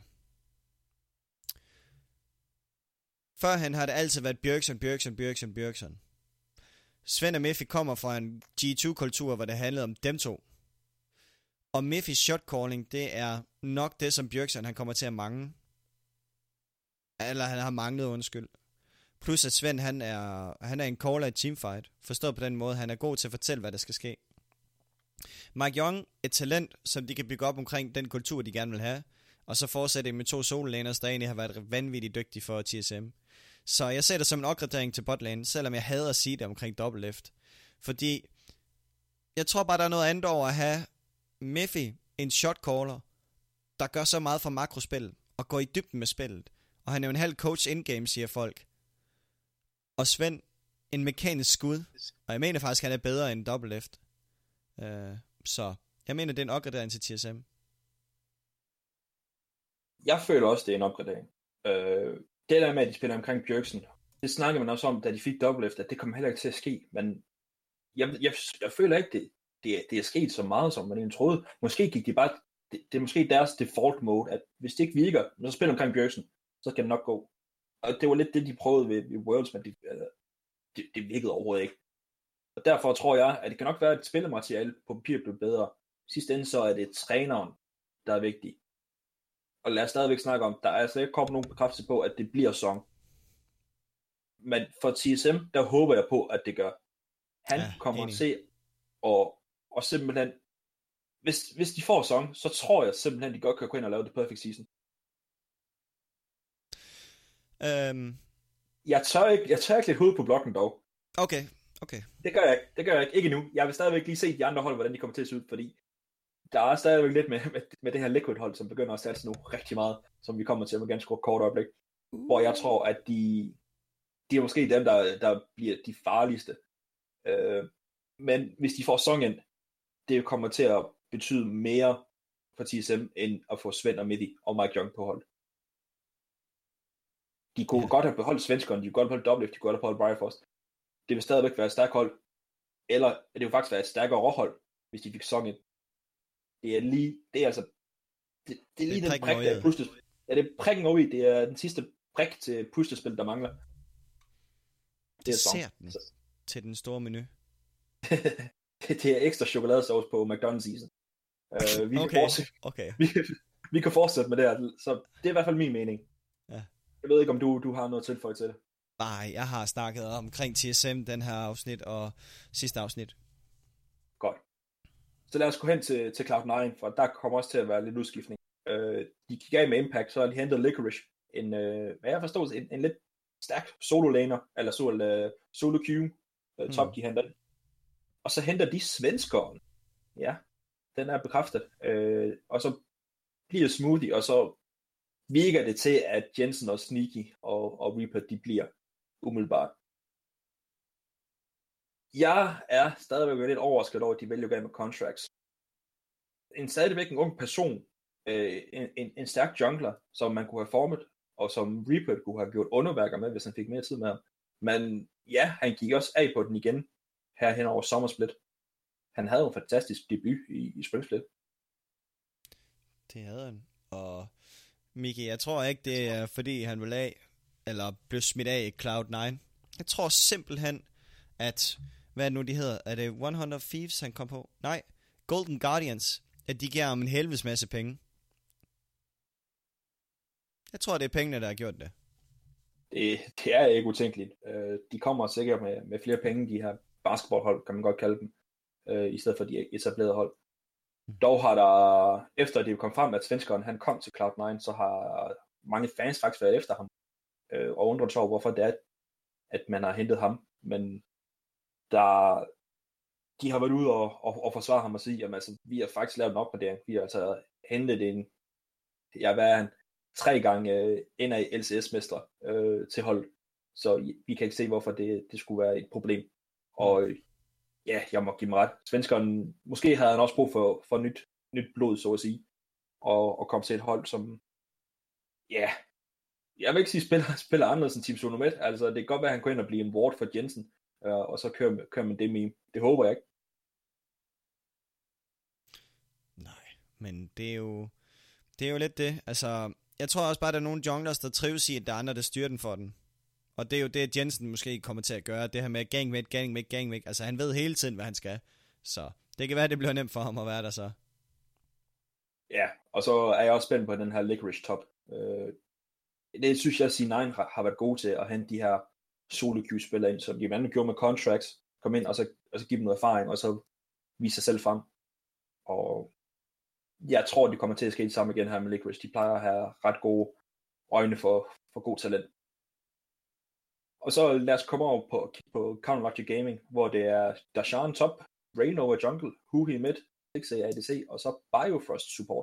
Førhen har det altid været Bjergsen. Sven og Miffy kommer fra en G2-kultur, hvor det handlede om dem to. Og Miffys shotcalling, det er nok det, som Bjergsen han kommer til at mangle. Eller han har manglet, undskyld. Plus at Svend, han er en caller i teamfight. Forstået på den måde, han er god til at fortælle, hvad der skal ske. Mike Young, et talent, som de kan bygge op omkring den kultur, de gerne vil have. Og så fortsætte med 2 solo-laners, der egentlig har været vanvittigt dygtige for TSM. Så jeg ser det som en opgradering til botlane, selvom jeg hader at sige det omkring double lift. Fordi jeg tror bare, der er noget andet over at have Miffy, en shotcaller, der gør så meget for makrospil, og går i dybden med spillet. Og han er jo en halv coach in-game, siger folk. Og Svend, en mekanisk skud. Og jeg mener faktisk, han er bedre end double lift. Så jeg mener, det er en opgradering til TSM. Jeg føler også, det er en opgradering. Det der med, at de spiller omkring Bjergsen, det snakkede man også om, da de fik double lift, at det kommer heller ikke til at ske. Men jeg føler ikke, det er sket så meget, som man egentlig troede. Måske gik de bare... Det er måske deres default mode, at hvis det ikke virker, når de spiller omkring Bjergsen, så skal det nok gå. Og det var lidt det, de prøvede ved Worlds, men det virkede overhovedet ikke. Og derfor tror jeg, at det kan nok være, at spillemateriale på papir blev bedre. Sidst ende så er det træneren, der er vigtig. Og lad os stadigvæk snakke om, der er altså ikke kommet nogen bekræftelse på, at det bliver song. Men for TSM, der håber jeg på, at det gør. Han kommer at se, og simpelthen, hvis de får song, så tror jeg simpelthen, de godt kan gå ind og lave det perfect season. Jeg tør ikke lidt hoved på blokken dog. Okay. Det gør jeg ikke. Ikke endnu. Jeg vil stadigvæk lige se de andre hold, hvordan de kommer til at se ud, fordi der er stadigvæk lidt med det her Liquid-hold, som begynder at satse nu rigtig meget, som vi kommer til at ganske kort øjeblik, hvor jeg tror, at de er måske dem, der bliver de farligste. Men hvis de får song ind, det kommer til at betyde mere for TSM, end at få Svend og Mitty og Mike Young på hold. De kunne godt have beholdt svenskerne, de kunne godt have beholdt Doublelift, de kunne godt have beholdt Bifrost. Det vil stadigvæk være et stærkt hold, eller det vil faktisk være et stærkere råhold, hvis de fik song ind. Det er lige den prik, der er pustet. Ja, det er prikken over i. Det er den sidste prik til puslespil, der mangler. Det er song. Til den store menu. Det er ekstra chokoladesauce på McDonald's-isen. Vi kan fortsætte med det her, så det er i hvert fald min mening. Ja. Jeg ved ikke, om du har noget tilføje til det. Nej, jeg har snakket omkring TSM, den her afsnit og sidste afsnit. Godt. Så lad os gå hen til Cloud9, for der kommer også til at være lidt udskiftning. De gik af med Impact, så har de hentet Licorice, hvad jeg forstår, en lidt stærk solo-laner, eller solo-Q, top de henter. Og så henter de svenskeren. Ja, den er bekræftet. Og så bliver Smoothie, og så virker det til, at Jensen og Sneaky og Reaper, de bliver umiddelbart. Jeg er stadigvæk lidt overrasket over, at de vælger at gå med contracts. Stadigvæk en ung person, en stærk jungler, som man kunne have formet, og som Reaper kunne have gjort underværker med, hvis han fik mere tid med ham. Men ja, han gik også af på den igen, her hen over Sommersplit. Han havde en fantastisk debut i Spring Split. Det havde han. Og Miki, jeg tror ikke, det er fordi han vil af, eller blev smidt af i Cloud9. Jeg tror simpelthen, at, hvad er det nu, de hedder? Er det 100 Thieves, han kom på? Nej, Golden Guardians, at de giver ham en helvedes masse penge. Jeg tror, det er pengene, der har gjort det. Det er ikke utænkeligt. De kommer sikkert med flere penge, de her basketballhold, kan man godt kalde dem, i stedet for de etablerede hold. Dog har der, efter det kom frem, at svenskeren han kom til Cloud9, så har mange fans faktisk været efter ham, og undret sig over, hvorfor det er, at man har hentet ham. Men de har været ude og forsvare ham og sige, at altså, vi har faktisk lavet en opgradering. Vi har altså hentet hvad er han? 3 gange NA LCS-mestre til hold. Så vi kan ikke se, hvorfor det skulle være et problem. Og ja, jeg må give mig ret. Svenskeren, måske havde han også brug for nyt blod, så at sige. Og komme til et hold, som, ja, jeg vil ikke sige, spiller anderledes end Team Sonomet. Altså, det kan godt være, at han kunne ind og blive en ward for Jensen, og så kører man det med. Det håber jeg ikke. Nej, men det er jo lidt det. Altså, jeg tror også bare, at der er nogle junglers, der trives i, at der er andre, der styrer den for den. Og det er jo det, Jensen måske kommer til at gøre. Det her med gang væk. Altså, han ved hele tiden, hvad han skal. Så det kan være, det bliver nemt for ham at være der så. Ja, og så er jeg også spændt på den her Licorice top. Det synes jeg, at C9 har været gode til at hente de her, hvad skal man sige, stærke solo-laner, eller solo-Q, top de henter. Og så henter de svenskeren. Ja, den er bekræftet. solo queue spiller ind, som de blandt andet gjorde med contracts, kom ind og så give dem noget erfaring, og så vise sig selv frem. Og jeg tror, det kommer til at ske det samme igen her med Licorice. De plejer at have ret gode øjne for god talent. Og så lad os komme over på Counter Logic Gaming, hvor det er Dashan top, Rainover jungle, Huhi mid, 6A ADC, og så Biofrost support.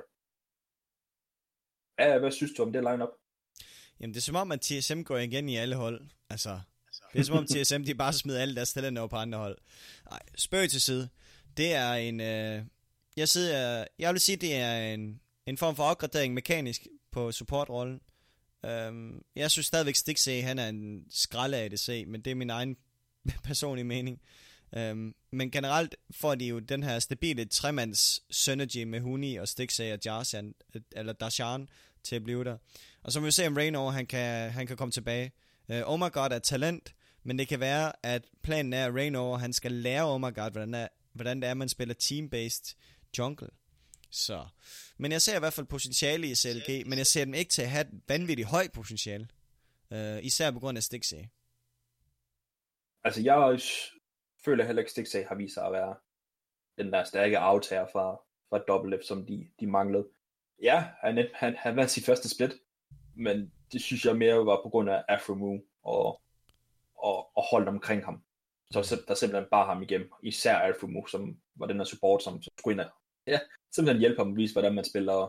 Hvad synes du om det lineup? Jamen, det er som om, at TSM går igen i alle hold. Altså, det er som om TSM, de bare smider alle deres talenter over på andre hold. Nej, spøg til side. Det er en... jeg vil sige, det er en form for opgradering mekanisk på supportrollen. Jeg synes stadigvæk Stixxay, han er en skralde ADC, men det er min egen personlige mening. Men generelt får de jo den her stabile tremands synergy med Huni og Stixxay og Jarsan, eller Dashan, til at blive der. Og så må vi se, om Raynor han kan komme tilbage. Oh my god er talent, men det kan være, at planen er, at Raynor han skal lære Oh my god, hvordan det er, man spiller team-based jungle. Så. Men jeg ser i hvert fald potentiale i CLG, men jeg ser dem ikke til at have et vanvittigt højt potentiale. Især på grund af Stixxay. Altså jeg føler heller ikke, Stixxay har vist sig at være den der stærke aftager fra Double F, som de manglede. Ja, han vandt sit første split, men det synes jeg mere var på grund af Afromoo og holdt omkring ham. Så der simpelthen bare ham igennem, især Afromoo, som var den her support, som skulle ind simpelthen hjælpe ham at vise, hvordan man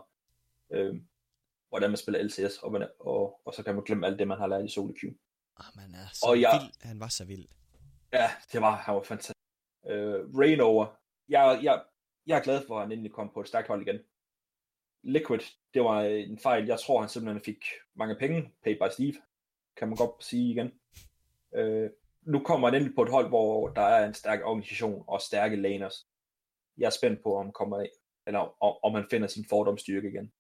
spiller LCS, og så kan man glemme alt det, man har lært i solo queue. Man er så vild. Han var så vild. Ja, han var fantastisk. Rainover, jeg er glad for, at han endelig kom på et stærkt hold igen. Liquid, det var en fejl. Jeg tror, han simpelthen fik mange penge, paid by Steve, kan man godt sige igen. Nu kommer han endelig på et hold, hvor der er en stærk organisation og stærke laners. Jeg er spændt på, om han finder sin fordomsstyrke igen.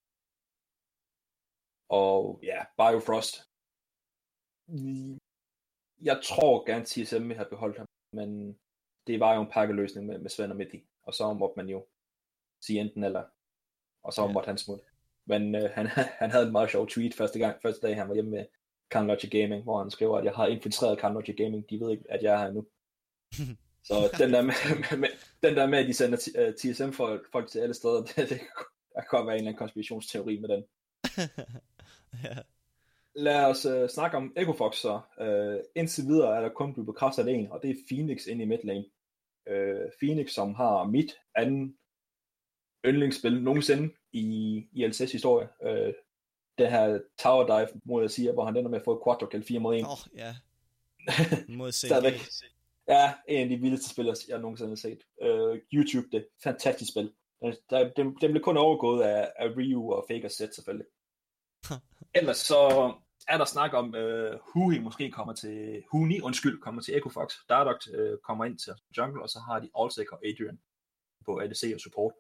Og ja, Biofrost. Jeg tror gerne, TSM vil have beholdt ham, men det var jo en pakkeløsning med Sven og Mitty, og så måtte man jo sige enten eller, og så måtte han smutte. Men han havde en meget sjov tweet første dag han var hjemme med Counter Logic Gaming, hvor han skriver, at jeg har infiltreret Counter Logic Gaming, de ved ikke, at jeg er her nu. Så den der med, at de sender TSM-folk til alle steder, det kan godt være en eller anden konspirationsteori med den. Ja. Lad os snakke om Echo Fox så. Indtil videre er der kun blevet bekræftet en, og det er Phoenix inde i midlane. Phoenix, som har mit anden yndlingsspil nogensinde i LCS historie. Det her tower dive mod Azir, hvor han ender med at få et quadro kill 4 mod 1. Ja. Mod Stadigvæk. Ja, en af de vildeste spillere, jeg nogensinde har set. YouTube, det fantastisk spil. Den blev kun overgået af Ryu og Faker set selvfølgelig. Ellers så er der snak om, Huni måske kommer til Echo Fox. Dardoct kommer ind til jungle, og så har de Allsec og Adrian på ADC og support.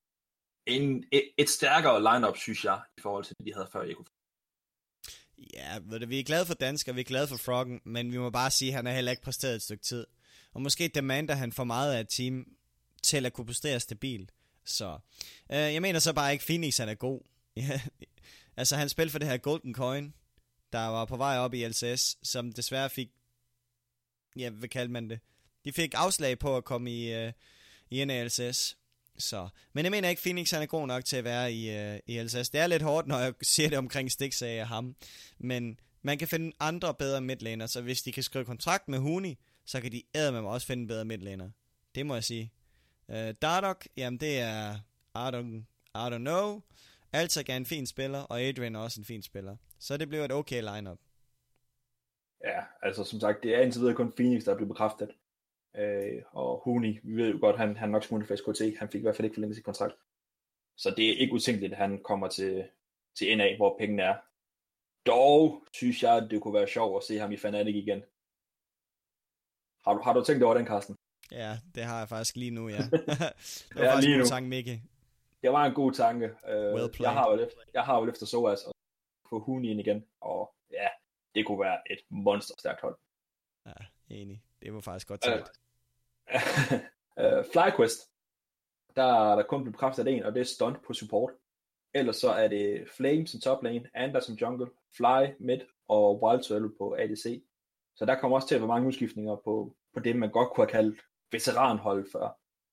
Et stærkere lineup, synes jeg, i forhold til det, de havde før i Echo Fox. Ja, vi er glade for Dansker, vi er glade for Froggen, men vi må bare sige, at han har heller ikke præsteret et stykke tid. Og måske demander han for meget af et team til at kunne præstere stabilt. Så jeg mener så bare ikke, Phoenix han er god. Altså han spillede for det her Golden Coin, der var på vej op i LCS, som desværre fik, ja, hvad kalder man det? De fik afslag på at komme i NALCS. Så, men jeg mener ikke, Phoenix han er god nok til at være i LCS. Det er lidt hårdt, når jeg siger det omkring Stixxay af ham. Men man kan finde andre bedre midlaner, så hvis de kan skrive kontrakt med Huni, så kan de eddermame også finde bedre midlaner. Det må jeg sige. Dardoc, jamen det er I don't know. Altag er en fin spiller, og Adrian er også en fin spiller. Så det bliver et okay lineup. Ja, altså som sagt, det er indtil videre kun Phoenix, der er blevet bekræftet. Og Huni, vi ved jo godt, han nok smutte for SKT. Han fik i hvert fald ikke forlænget sit kontrakt. Så det er ikke utænkeligt, at han kommer til NA, hvor pengene er. Dog synes jeg, at det kunne være sjovt at se ham i Fnatic igen. Har du tænkt over den, Carsten? Ja, det har jeg faktisk lige nu, ja. Det var ja, faktisk en god tanke, Mikke. Det var en god tanke. Well jeg har jo efter Soas og få Huni ind igen, og ja, det kunne være et monsterstærkt hold. Ja, enig. Det var faktisk godt tænkt. FlyQuest, der kun blev bekræftet en, og det er stunt på support. Ellers så er det Flame som top lane, Ander som jungle, Fly mid og Wild Turtle på ADC. Så der kommer også til at være mange udskiftninger på det, man godt kunne have kaldt veteranhold før.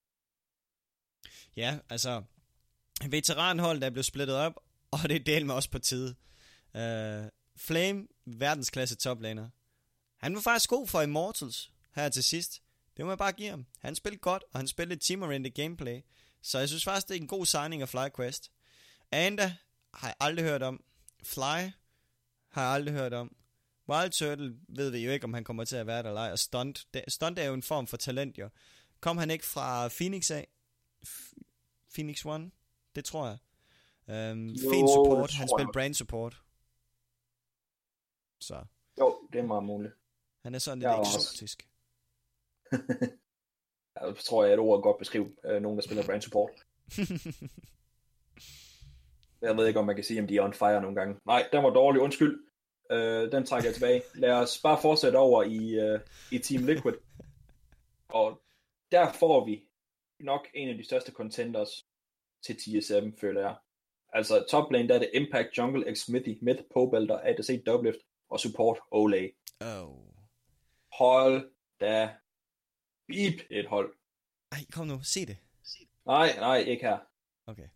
Ja, altså, veteranhold, der blev splittet op, og det er delt med også på tide. Flame, verdensklasse toplaner. Han var faktisk god for Immortals her til sidst. Det må jeg bare give ham. Han spillede godt, og han spillede team-oriented gameplay. Så jeg synes faktisk, det er en god signing af FlyQuest. Anda har jeg aldrig hørt om. Fly har jeg aldrig hørt om. Wild Turtle ved vi jo ikke, om han kommer til at være der eller ej. Og Stunt er jo en form for talent, jo. Kom han ikke fra Phoenix af? Phoenix One? Det tror jeg. Fin support. Han spiller brand support. Så. Jo, det er meget muligt. Han er sådan lidt eksotisk. Jeg tror, jeg et ord godt beskrive nogen, der spiller brand support. Jeg ved ikke, om man kan sige, om de er on fire nogle gange. Nej, den var dårlig. Undskyld. Den trækker jeg tilbage. Lad os bare fortsætte over i Team Liquid. Og der får vi nok en af de største contenders til TSM, føler jeg. Altså top lane, der er det Impact, Jungle, X-Smithy, Mid, Pobelter, ADC, Doublift og Support, Olay. Hold da beep et hold. Ej, kom nu, sig det. Nej, ikke her. Okay.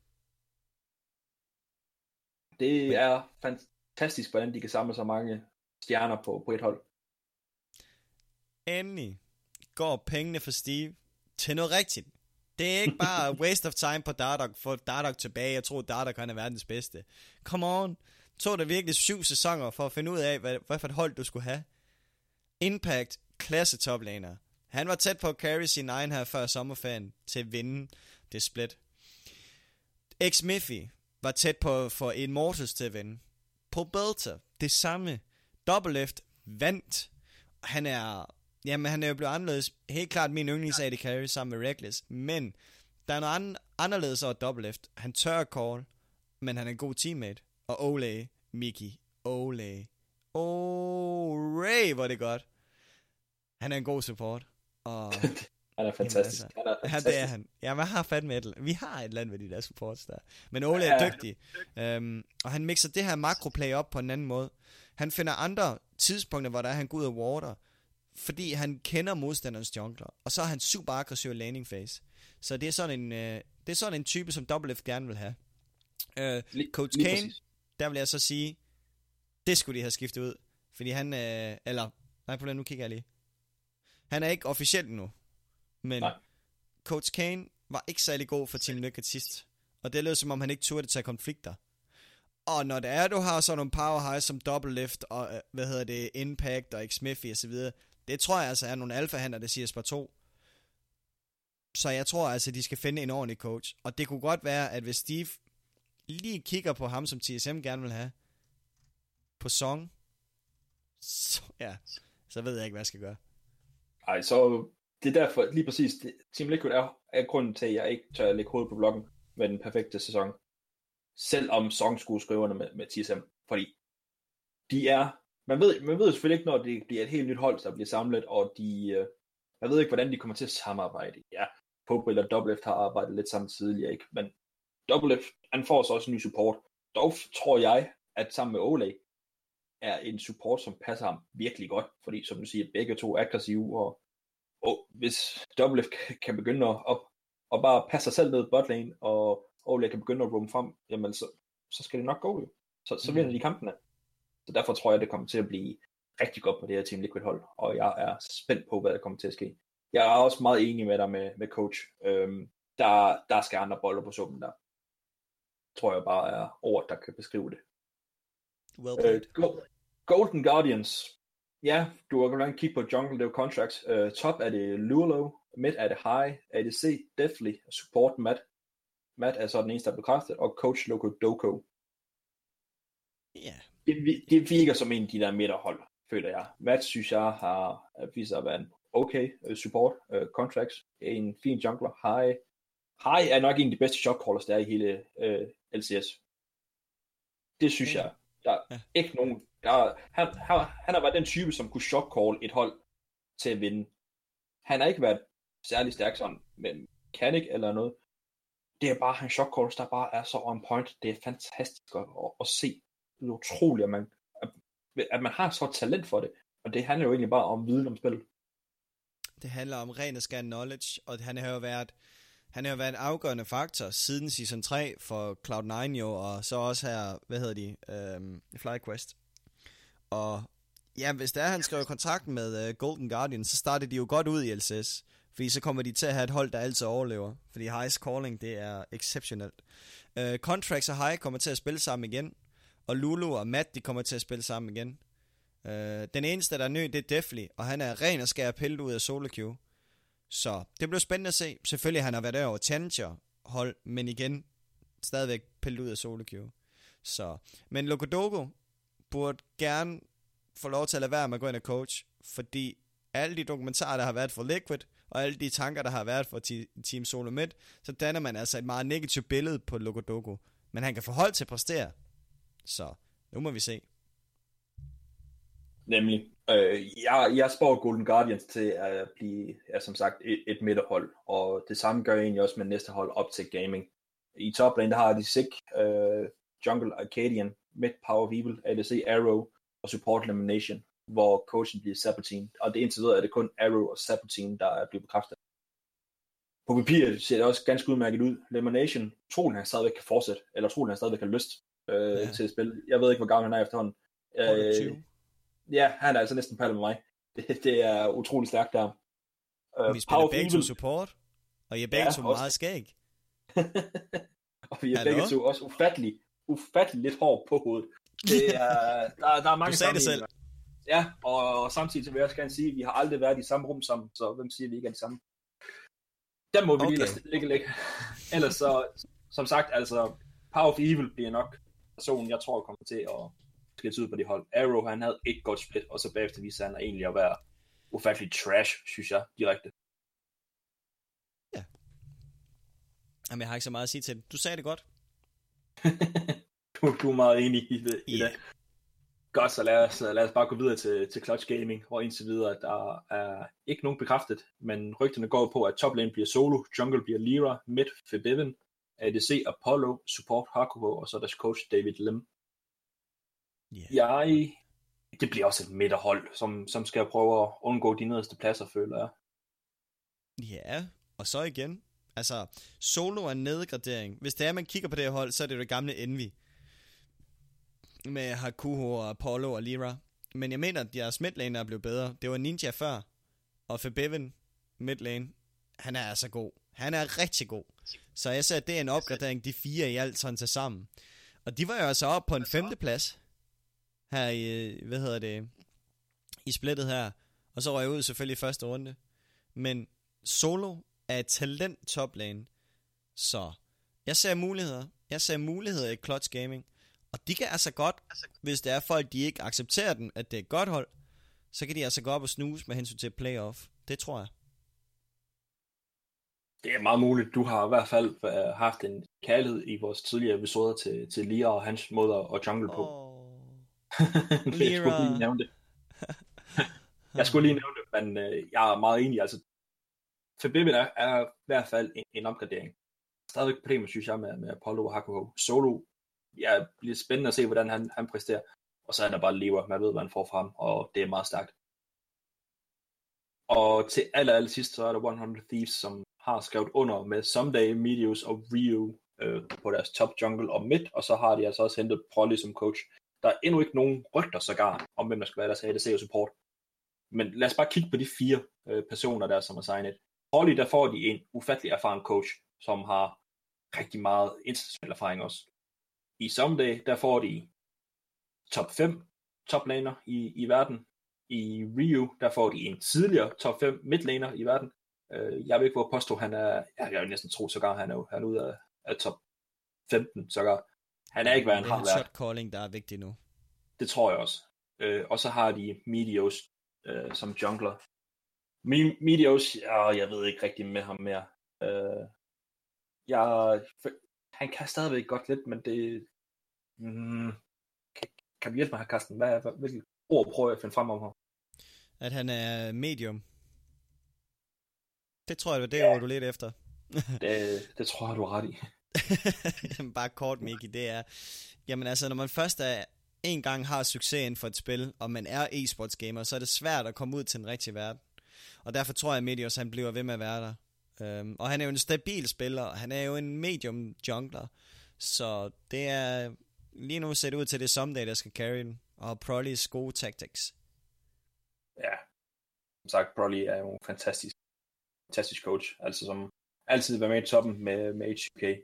Det er fantastisk, hvordan de kan samle så mange stjerner på et hold. Endelig går pengene for Steve til noget rigtigt. Det er ikke bare waste of time på Dardoch, for Dardoch tilbage. Jeg tror, Dardoch kan er verdens bedste. Come on. Tog det virkelig 7 sæsoner for at finde ud af, hvad for et hold du skulle have. Impact, klasse toplaner. Han var tæt på at carry sin egen her før sommerferien til at vinde det split. X-Smithy var tæt på for Immortals til at vinde. Pobelter, det samme. Doublift vandt. Han er jo blevet anderledes. Helt klart min yndlings AD carry sammen med Reckless. Men der er noget anderledes over Doublift. Han tør at call, men han er en god teammate. Og Olay, Mickey, Olay. Ray, hvor det godt. Han er en god support. Og han er fantastisk. Altså, det er han. Ja, man har fandme vi har et land med de der supports der. Men Ole er dygtig. Og han mixer det her makroplay op på en anden måde. Han finder andre tidspunkter, hvor der er han går ud og warder, fordi han kender modstanderens jungler. Og så er han super aggressiv laning phase. Så det er sådan en type, som Doublift gerne vil have. Coach Kane, der vil jeg så sige, det skulle de have skiftet ud. Fordi han, nu kigger jeg lige. Han er ikke officielt nu. Men Coach Kane var ikke særlig god for Team Liquid sidst. Og det lød som om han ikke turde tage konflikter. Og når det er, du har sådan nogle power highs som Doublift og, Impact og X-Smithy og så videre, det tror jeg altså er nogle alfahander, der siger spar 2. Så jeg tror altså, de skal finde en ordentlig coach. Og det kunne godt være, at hvis Steve lige kigger på ham, som TSM gerne vil have, på Song, så ved jeg ikke, hvad jeg skal gøre. Ej, så det er derfor lige præcis, Team Liquid er grunden til, at jeg ikke tør at lægge hovedet på bloggen med den perfekte sæson. Selvom Song skulle skriverne med TSM. Fordi de er, man ved selvfølgelig ikke, når det er et helt nyt hold, der bliver samlet, og jeg ved ikke, hvordan de kommer til at samarbejde. Ja, Pobrill og Doublift har arbejdet lidt sammen tidligere, ikke? Men Doublift, han får så også en ny support. Dog tror jeg, at sammen med Olay, er en support, som passer ham virkelig godt, fordi som du siger, begge to er aggressive, og hvis Doublift kan begynde at bare passe sig selv ned i botlane, og Olay kan begynde at roam frem, jamen så skal det nok gå jo. Så vinder de kampene. Så derfor tror jeg, det kommer til at blive rigtig godt på det her Team Liquid hold, og jeg er spændt på, hvad der kommer til at ske. Jeg er også meget enig med dig med coach. Der skal andre boller på suppen der. Tror jeg bare er ord, der kan beskrive det. Well Golden Guardians. Ja, du har kunnet kigge på jungle, det er jo contracts. Top er det Lulo, mid er det High, ADC, Deathly, support Matt. Matt er så den eneste, der er bekræftet, og coach Loco Doko. Ja. Det virker som en af de der midterhold, føler jeg. Matt synes jeg har vist sig at være en okay support. Contracts, en fin jungler. High er nok en af de bedste shotcallers, der er i hele LCS. Det synes jeg. Der er ikke nogen... Han har været den type, som kunne shotcall et hold til at vinde. Han har ikke været særlig stærk sådan med mechanic eller noget. Det er bare hans shotcalls, der bare er så on point. Det er fantastisk at se. Det er utroligt, at man har så talent for det. Og det handler jo egentlig bare om viden om spillet. Det handler om ren og skær knowledge, og han har jo været en afgørende faktor siden season 3 for Cloud9 jo, og så også her, FlyQuest. Og ja, hvis der han skrev kontrakt med Golden Guardian, så startede de jo godt ud i LCS, fordi så kommer de til at have et hold, der altid overlever, fordi High's Calling, det er exceptionelt. Contracts og High kommer til at spille sammen igen, og Lulu og Matt, de kommer til at spille sammen igen. Den eneste, der er ny, det er Deathly, og han er ren og skær pillet ud af solo queue. Så det bliver spændende at se. Selvfølgelig han har været der over Challenger hold, men igen stadigvæk pillet ud af solo queue. Så, men Locodogo burde gerne få lov til at lade være med at gå ind og coach, fordi alle de dokumentarer, der har været for Liquid, og alle de tanker, der har været for Team Solo Mid, så danner man altså et meget negativt billede på Locodogo. Men han kan få hold til at præstere. Så nu må vi se. Nemlig. Jeg spår Golden Guardians til at blive, som sagt, et midterhold, og det samme gør jeg egentlig også med næste hold op til gaming. I toplane, der har de Sig, Jungle Arcadian, Mid Power of Evil, ADC Arrow og Support Elimination, hvor coachen bliver Sabotin, og det indtil videre er det kun Arrow og Sabotin, der er blevet bekræftet. På papiret ser det også ganske udmærket ud. Elimination, troen han stadigvæk kan fortsætte, eller troen han stadigvæk har lyst til at spille. Jeg ved ikke, hvor gammel han er efterhånden. Ja, han er altså næsten på med mig. Det er utrolig stærkt der. Vi spiller begge to support, og I er begge to meget skæg. Og vi er begge to også ufattelig lidt hår på hovedet. Det er, der er mange. Du sagde det selv. Ja, og samtidig så vil jeg også gerne sige, at vi har aldrig været i samme rum sammen, så hvem siger, vi ikke er de samme? Den må vi lige lade ligge. Ellers så, som sagt, altså, Power of Evil bliver nok personen, jeg tror kommer til at skille ud på det hold. Arrow, han havde et godt split, og så bagefter viser han egentlig at være ufattelig trash, synes jeg, direkte. Ja. Jamen, jeg har ikke så meget at sige til det. Du sagde det godt. du er meget enig i det. Godt, så lad os bare gå videre til Clutch Gaming, hvor indtil videre, der er ikke nogen bekræftet, men rygterne går på, at toplane bliver Solo, jungle bliver Lira, mid Febiven, ADC Apollo, support Hakuho, og så deres coach David Lim. Yeah. Det bliver også et midterhold, som skal prøve at undgå de nederste pladser, føler jeg. Ja, og så igen, altså Solo er nedgradering. Hvis det er, man kigger på det her hold, så er det det gamle Envy. Med Hakuho og Apollo og Lira. Men jeg mener, at deres midlane er blevet bedre. Det var Ninja før. Og Febiven midlane, han er altså god. Han er rigtig god. Så jeg ser, at det er en opgradering, de 4 i alt sådan til sammen. Og de var jo altså oppe på en 5. plads. Her i, i splittet her. Og så røg jeg ud selvfølgelig i første runde. Men Solo er et talent toplane. Så jeg ser muligheder. Jeg ser muligheder i Clutch Gaming. Og de kan altså godt, hvis det er folk, de ikke accepterer den, at det er et godt hold, så kan de altså gå op og snuse med hensyn til playoff. Det tror jeg. Det er meget muligt. Du har i hvert fald haft en kærlighed i vores tidligere episoder til Lira og hans måde at jungle på. Jeg skulle lige nævne det. Jeg skulle lige nævne det, men jeg er meget enig. Altså, Febiven er i hvert fald en opgradering. Stadigvæk problemer, synes jeg, med Apollo og Hakuho. Solo, ja, det bliver spændende at se, hvordan han præsterer. Og så er der bare lever, man ved, hvad han får fra ham, og det er meget stærkt. Og til aller sidst, så er der 100 Thieves, som har skrevet under med Someday, Meteos og Ryu på deres top jungle og mid, og så har de altså også hentet Prolly som coach. Der er endnu ikke nogen rygter sågar om, hvem der skal være deres ADC og support. Men lad os bare kigge på de 4 personer der, som er signet. Prolly, der får de en ufattelig erfaren coach, som har rigtig meget international erfaring også. I Someday, der får de top 5 toplaner i verden. I Ryu, der får de en tidligere top 5 midlaner i verden. Jeg vil ikke hvor påstå, han er, jeg vil næsten tro sågar, han er ude af top 15 sågar. Han er ikke, hvad han har været. Det er shot calling, der er vigtigt nu. Det tror jeg også. Og så har de Meteos som jungler. Meteos, jeg ved ikke rigtig med ham mere. Han kan stadigvæk godt lidt, men det... Kan vi hjælpe mig her, Carsten? Hvilke ord prøver jeg at finde frem om ham? At han er medium. Det tror jeg, det er det, du lidt efter. det tror jeg, du er ret i. Bare kort, Miki, det er... Jamen altså, når man først er en gang har succes inden for et spil, og man er e-sports gamer, så er det svært at komme ud til en rigtig verden. Og derfor tror jeg, at Meteos han bliver ved med at være der. Og han er jo en stabil spiller, og han er jo en medium jungler. Så det er lige nu ser det ud til det Someday, der skal carry den. Og Prolly's gode tactics. Ja, som sagt, Broly er jo en fantastisk coach. Altså som altid var med i toppen med HK.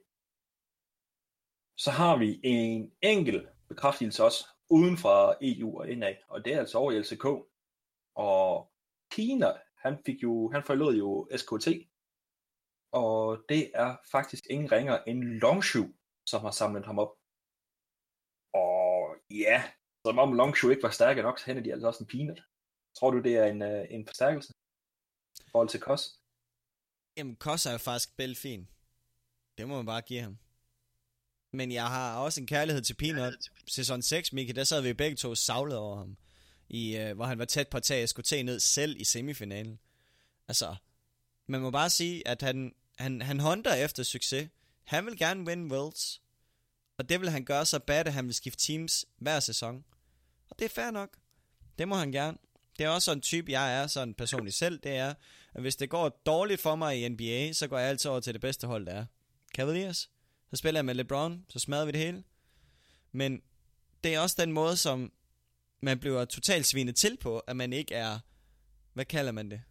Så har vi en enkelt bekræftelse også uden fra EU og NA, og det er altså over i LCK. Og Kina, han forlod jo SKT, og det er faktisk ingen ringer end Longshu, som har samlet ham op. Og ja, som om Longshu ikke var stærke nok, så henter de altså også en peanut. Tror du, det er en forstærkelse i forhold til Kos? Jamen, Kos er jo faktisk bælfin. Det må man bare give ham. Men jeg har også en kærlighed til Peanut. Sæson 6, Miki, der sad vi begge to savlet over ham. Hvor han var tæt på at tage SKT ned selv i semifinalen. Altså, man må bare sige, at han hunter efter succes. Han vil gerne vinde Worlds. Og det vil han gøre så bad, at han vil skifte teams hver sæson. Og det er fair nok. Det må han gerne. Det er også sådan en type, jeg er sådan personligt selv. Det er, at hvis det går dårligt for mig i NBA, så går jeg altid over til det bedste hold, der er. Cavaliers. Så spiller jeg med LeBron, så smadrer vi det hele. Men det er også den måde, som man bliver totalt svinet til på, at man ikke er, hvad kalder man det?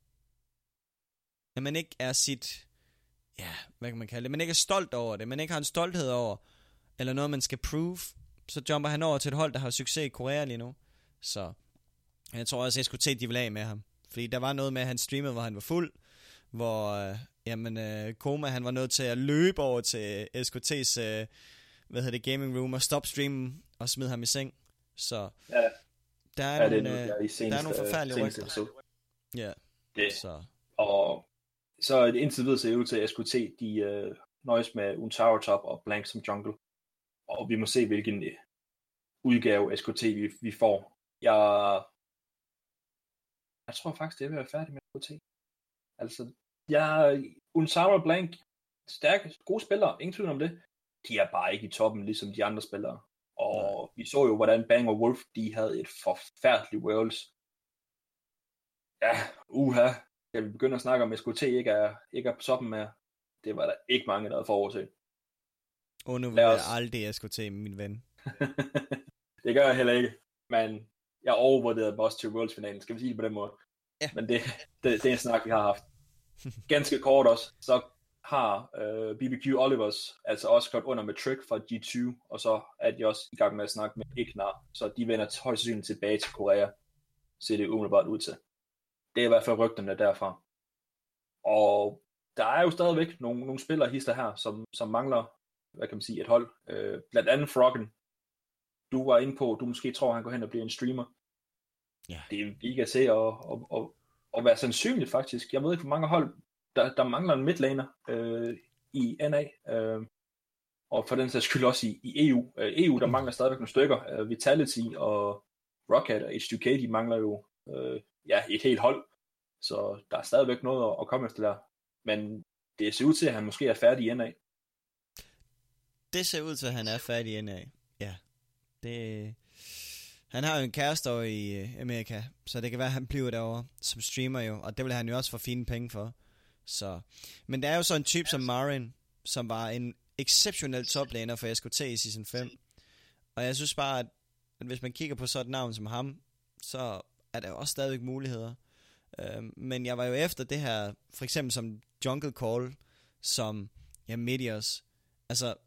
At man ikke er sit, ja, hvad kan man kalde det? Man ikke er stolt over det, man ikke har en stolthed over, eller noget, man skal prove. Så jumper han over til et hold, der har succes i Korea lige nu. Så jeg tror også, at SKT de vil af med ham. Fordi der var noget med, at han streamede, hvor han var fuld, hvor Koma, han var nødt til at løbe over til SKT's gaming room og stoppe streamen og smide ham i seng. Så ja, der er nogle forfærdelige rygter. Ja. Det. Og så indtil videre ser det ud til, at SKT de nøjes med Untaro top og Blank som jungle. Og vi må se, hvilken udgave SKT vi får. Jeg tror faktisk, det er ved at være færdig med SKT. Altså, Untaro Blank, stærke, gode spillere, ingen tvivl om det. De er bare ikke i toppen, ligesom de andre spillere. Og vi så jo, hvordan Bang og Wolf, de havde et forfærdeligt Worlds. Ja, skal vi begynde at snakke om, at SKT ikke er på toppen med? Det var der ikke mange, der havde forudset. Nu vil jeg aldrig SKT, min ven. Det gør jeg heller ikke, men jeg overvurderede dem også til Worlds-finalen, skal vi sige det på den måde. Ja. Men det er en snak, vi har haft. Ganske kort også, så har BBQ Olivers altså også gått under med Trick fra G2, og så er de også i gang med at snakke med Ignar, så de vender højst sandsynligt tilbage til Korea, ser det umiddelbart ud til. Det er i hvert fald rygterne derfra. Og der er jo stadigvæk nogle spillere hister her, som mangler, hvad kan man sige, et hold. Blandt andet Froggen. Du var inde på, du måske tror, han går hen og bliver en streamer. Ja. Det er ikke at se at være sandsynligt faktisk. Jeg ved ikke, hvor mange hold, der mangler en midlaner i NA. Og for den sags skyld også i EU. EU, der mangler stadigvæk nogle stykker. Vitality og Rocket og H2K, de mangler jo et helt hold. Så der er stadigvæk noget at komme efter der. Men det ser ud til, at han måske er færdig i NA. Det ser ud til, at han er færdig i NA. Ja. Han har jo en kæreste over i Amerika, så det kan være, at han bliver derovre som streamer jo. Og det vil han jo også få fine penge for. Så. Men der er jo så en type som Marin, som var en exceptionel toplaner for SKT i Season 5. Og jeg synes bare, at hvis man kigger på sådan et navn som ham, så er der jo også stadigvæk muligheder. Men jeg var jo efter det her, for eksempel som Jungle Call, som Meteos. Altså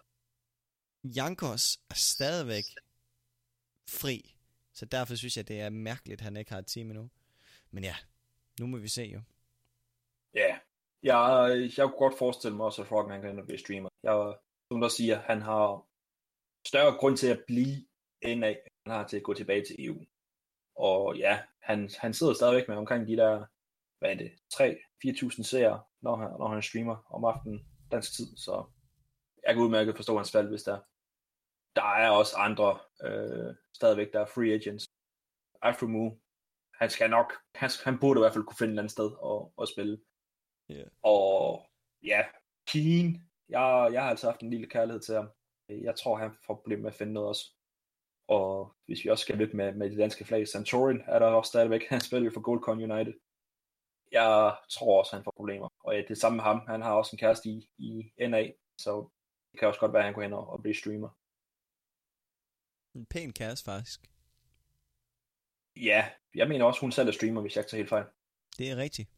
Jankos er stadigvæk fri. Så derfor synes jeg, det er mærkeligt, at han ikke har et team endnu. Men ja, nu må vi se jo. Ja, jeg kunne godt forestille mig også, at Froggen han kan ind og blive streamer. Som du siger, han har større grund til at blive end af, han har til at gå tilbage til EU. Og ja, han sidder stadigvæk med omkring de der, hvad er det, 3-4.000 seere, når han streamer om aftenen dansk tid. Så jeg kan udmærket forstå hans fald, hvis der er også andre stadigvæk, der er free agents. Afromu, han burde i hvert fald kunne finde et andet sted at spille. Yeah. Og ja, Keen, jeg har altså haft en lille kærlighed til ham. Jeg tror, han får problemer med at finde noget også. Og hvis vi også skal lidt med de danske flag, Santorin er der også stadigvæk. Han spiller jo for Goldcon United. Jeg tror også, han får problemer. Og det samme med ham. Han har også en kæreste i NA, så det kan også godt være, at han går hen og bliver streamer. En pæn kæreste, faktisk. Ja, jeg mener også, hun selv er streamer, hvis jeg ikke tager helt fejl. Det er rigtigt.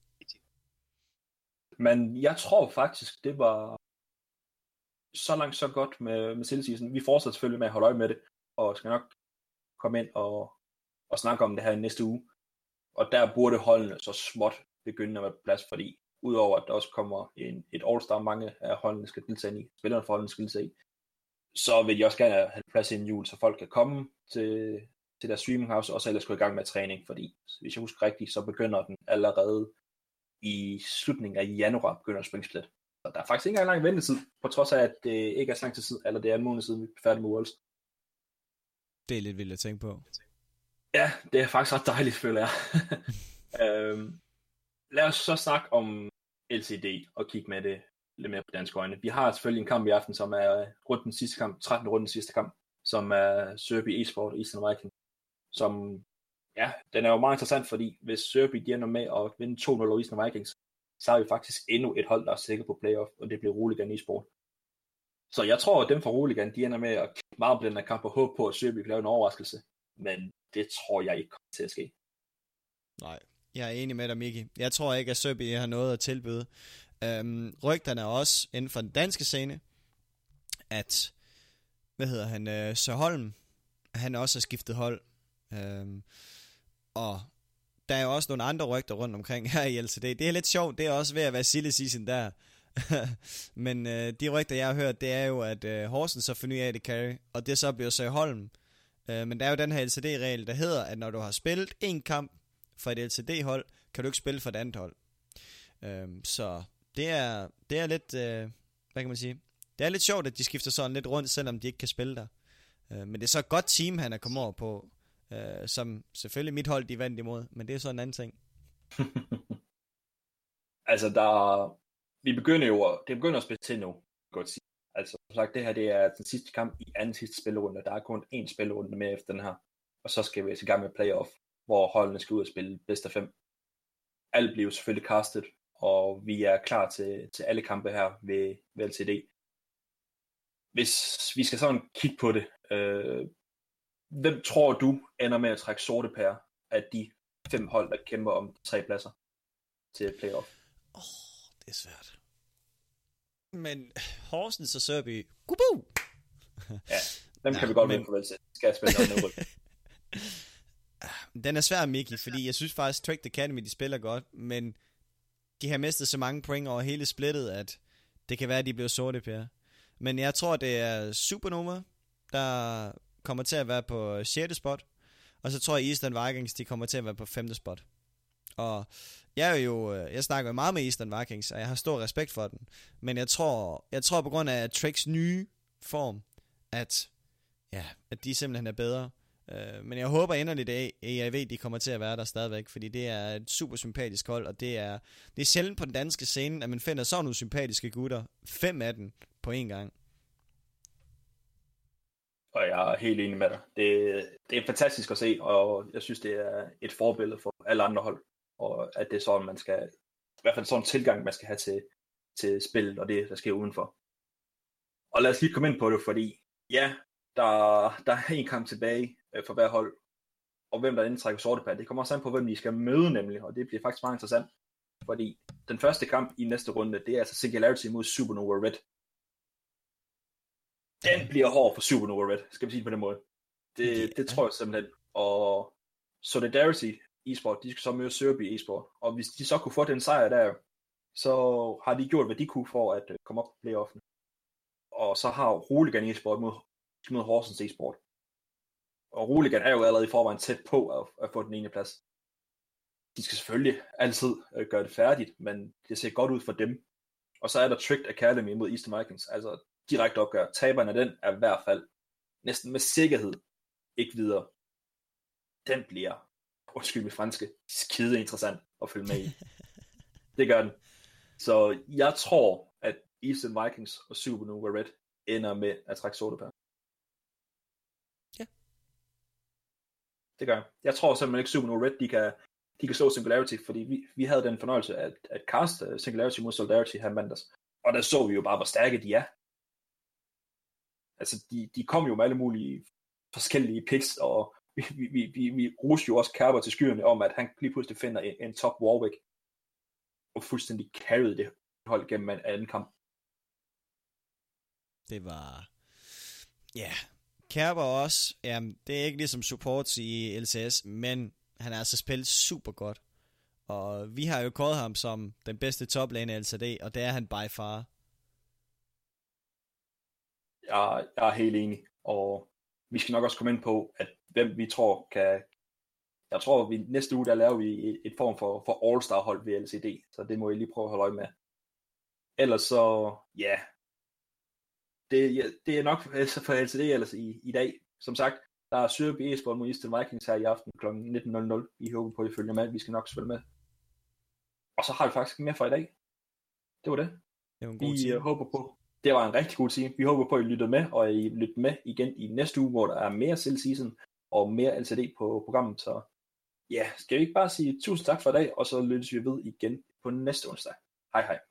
Men jeg tror faktisk, det var så langt så godt med silly season. Vi fortsætter selvfølgelig med at holde øje med det, og skal nok komme ind og snakke om det her i næste uge. Og der burde holdene så småt begynde at være på plads, fordi udover at der også kommer et All-Star, mange af holdene skal deltage i, spillerne for holdene skal deltage i, så vil de også gerne have plads i en jul, så folk kan komme til deres streaminghouse, og så ellers gå i gang med træning, fordi hvis jeg husker rigtigt, så begynder den allerede i slutningen af januar, begynder Spring Split. Så der er faktisk ikke engang lang ventetid, på trods af, at det ikke er så lang tid siden, eller det er en måned siden, vi er færdige med Worlds. Det er lidt vildt at tænke på. Ja, det er faktisk ret dejligt, føler jeg. Lad os så snakke om LCD og kigge med det lidt mere på danske øjne. Vi har selvfølgelig en kamp i aften, som er runden sidste kamp, 13. runden sidste kamp, som er Serbi Esport og Eastern Viking. Som, ja, den er jo meget interessant, fordi hvis Serbi de ender med at vinde 2-0 over Eastern Vikings, så har vi faktisk endnu et hold, der er sikker på playoff, og det bliver Roligan Esport. Så jeg tror, at dem fra Roligan, de ender med at kigge meget på den her kamp og håbe på, at Serbi kan lave en overraskelse. Men det tror jeg ikke kommer til at ske. Nej, jeg er enig med dig, Miki. Jeg tror ikke, at Serbi har noget at tilbyde. Rygterne er også inden for den danske scene, at, Sir Holm, han også har skiftet hold. Og der er jo også nogle andre rygter rundt omkring her i LCD. Det er lidt sjovt, det er også ved at være silly season der. Men de rygter, jeg har hørt, det er jo, at Horsens så fornyer af det carry, og det så bliver Sir Holm. Men der er jo den her LCD-regel, der hedder, at når du har spillet en kamp for et LCD-hold, kan du ikke spille for et andet hold. Så det er lidt, hvad kan man sige? Det er lidt sjovt, at de skifter sådan lidt rundt, selvom de ikke kan spille der. Men det er så et godt team, han er kommet over på, som selvfølgelig mit hold, de vandt imod, men det er så en anden ting. Altså, det begynder at spille til nu, godt sige. Altså, som sagt, det her det er den sidste kamp i anden sidste spillerunde. Der er kun én spillerunde med efter den her. Og så skal vi i gang med playoff, hvor holdene skal ud og spille bedst af 5. Alt bliver selvfølgelig castet, og vi er klar til alle kampe her ved LCD. Hvis vi skal sådan kigge på det, hvem tror du ender med at trække sorte pære af de 5 hold, der kæmper om 3 pladser til playoff? Det er svært. Men Horsens og Serbi, gubu! Ja, dem kan vi godt vinde farvel til. Skal jeg spille noget? Den er svær, Miki, fordi jeg synes faktisk, Tricked Academy, de spiller godt, men de har mistet så mange point over hele splittet, at det kan være, at de bliver sorte pære. Men jeg tror, det er Supernova, der kommer til at være på 6. spot, og så tror jeg, Eastern Vikings, de kommer til at være på 5. spot. Og jeg snakker jo meget med Eastern Vikings, og jeg har stor respekt for den. Men jeg tror på grund af Tricks nye form, at de simpelthen er bedre. Men jeg håber inderligt, at EAV de kommer til at være der stadigvæk, fordi det er et super sympatisk hold, og det er sjældent på den danske scene, at man finder sådan nogle sympatiske gutter. 5 af dem på en gang. Og jeg er helt enig med dig. Det er fantastisk at se, og jeg synes, det er et forbillede for alle andre hold. Og at det er sådan, man skal, i hvert fald sådan en tilgang, man skal have til spillet, og det, der sker udenfor. Og lad os lige komme ind på det, fordi ja, der er en kamp tilbage for hver hold, og hvem der indtrækker sorte pære. Det kommer også an på, hvem de skal møde nemlig, og det bliver faktisk meget interessant, fordi den første kamp i næste runde, det er altså Singularity mod Supernova Red. Den bliver hård for Supernova Red, skal vi sige på den måde. Det tror jeg simpelthen. Og Solidarity Esport, de skal så møde Serbi Esport, og hvis de så kunne få den sejr der, så har de gjort, hvad de kunne for at komme op på playoffen. Og så har Roligan Esport mod Horsens Esport. Og Roligan er jo allerede i forvejen tæt på at få den ene plads. De skal selvfølgelig altid gøre det færdigt, men det ser godt ud for dem. Og så er der Tricked Academy mod Eastern Vikings, altså direkte opgør. Taberen af den er i hvert fald næsten med sikkerhed ikke videre. Den bliver, undskyld mit franske, skide interessant at følge med i. Det gør den. Så jeg tror, at Eastern Vikings og Supernova Red ender med at trække sorte pære. Ja, det gør jeg. Jeg tror simpelthen ikke Super Red, de kan slå Singularity, fordi vi havde den fornøjelse at cast Singularity mod Solidarity her mandags. Og der så vi jo bare, hvor stærke de er. Altså, de kom jo med alle mulige forskellige picks, og vi roste jo også Kerber til skyerne om, at han lige pludselig finder en top Warwick, og fuldstændig carried det hold gennem en anden kamp. Det var... Ja, Kerber også. Jamen, det er ikke ligesom supports i LCS, men han har altså spillet super godt. Og vi har jo kåret ham som den bedste toplane i LCD, og det er han by far. Jeg er helt enig, og vi skal nok også komme ind på, at hvem vi tror kan... Jeg tror, at næste uge, der laver vi et form for All-Star hold ved LCD, så det må I lige prøve at holde øje med. Ellers så, ja, det er nok for LCD ellers i dag. Som sagt, der er Syrby e-sport mod Eastern Vikings her i aften kl. 19.00. Vi håber på, at I følger med. Vi skal nok spille med. Og så har vi faktisk mere for i dag. Det var det. Det var en god time. Håber på, det var en rigtig god time. Vi håber på, at I lyttede med, og I lytter med igen i næste uge, hvor der er mere Silly Season og mere LCD på programmet. Så ja, skal vi ikke bare sige tusind tak for i dag, og så lyttes vi ved igen på næste onsdag. Hej hej.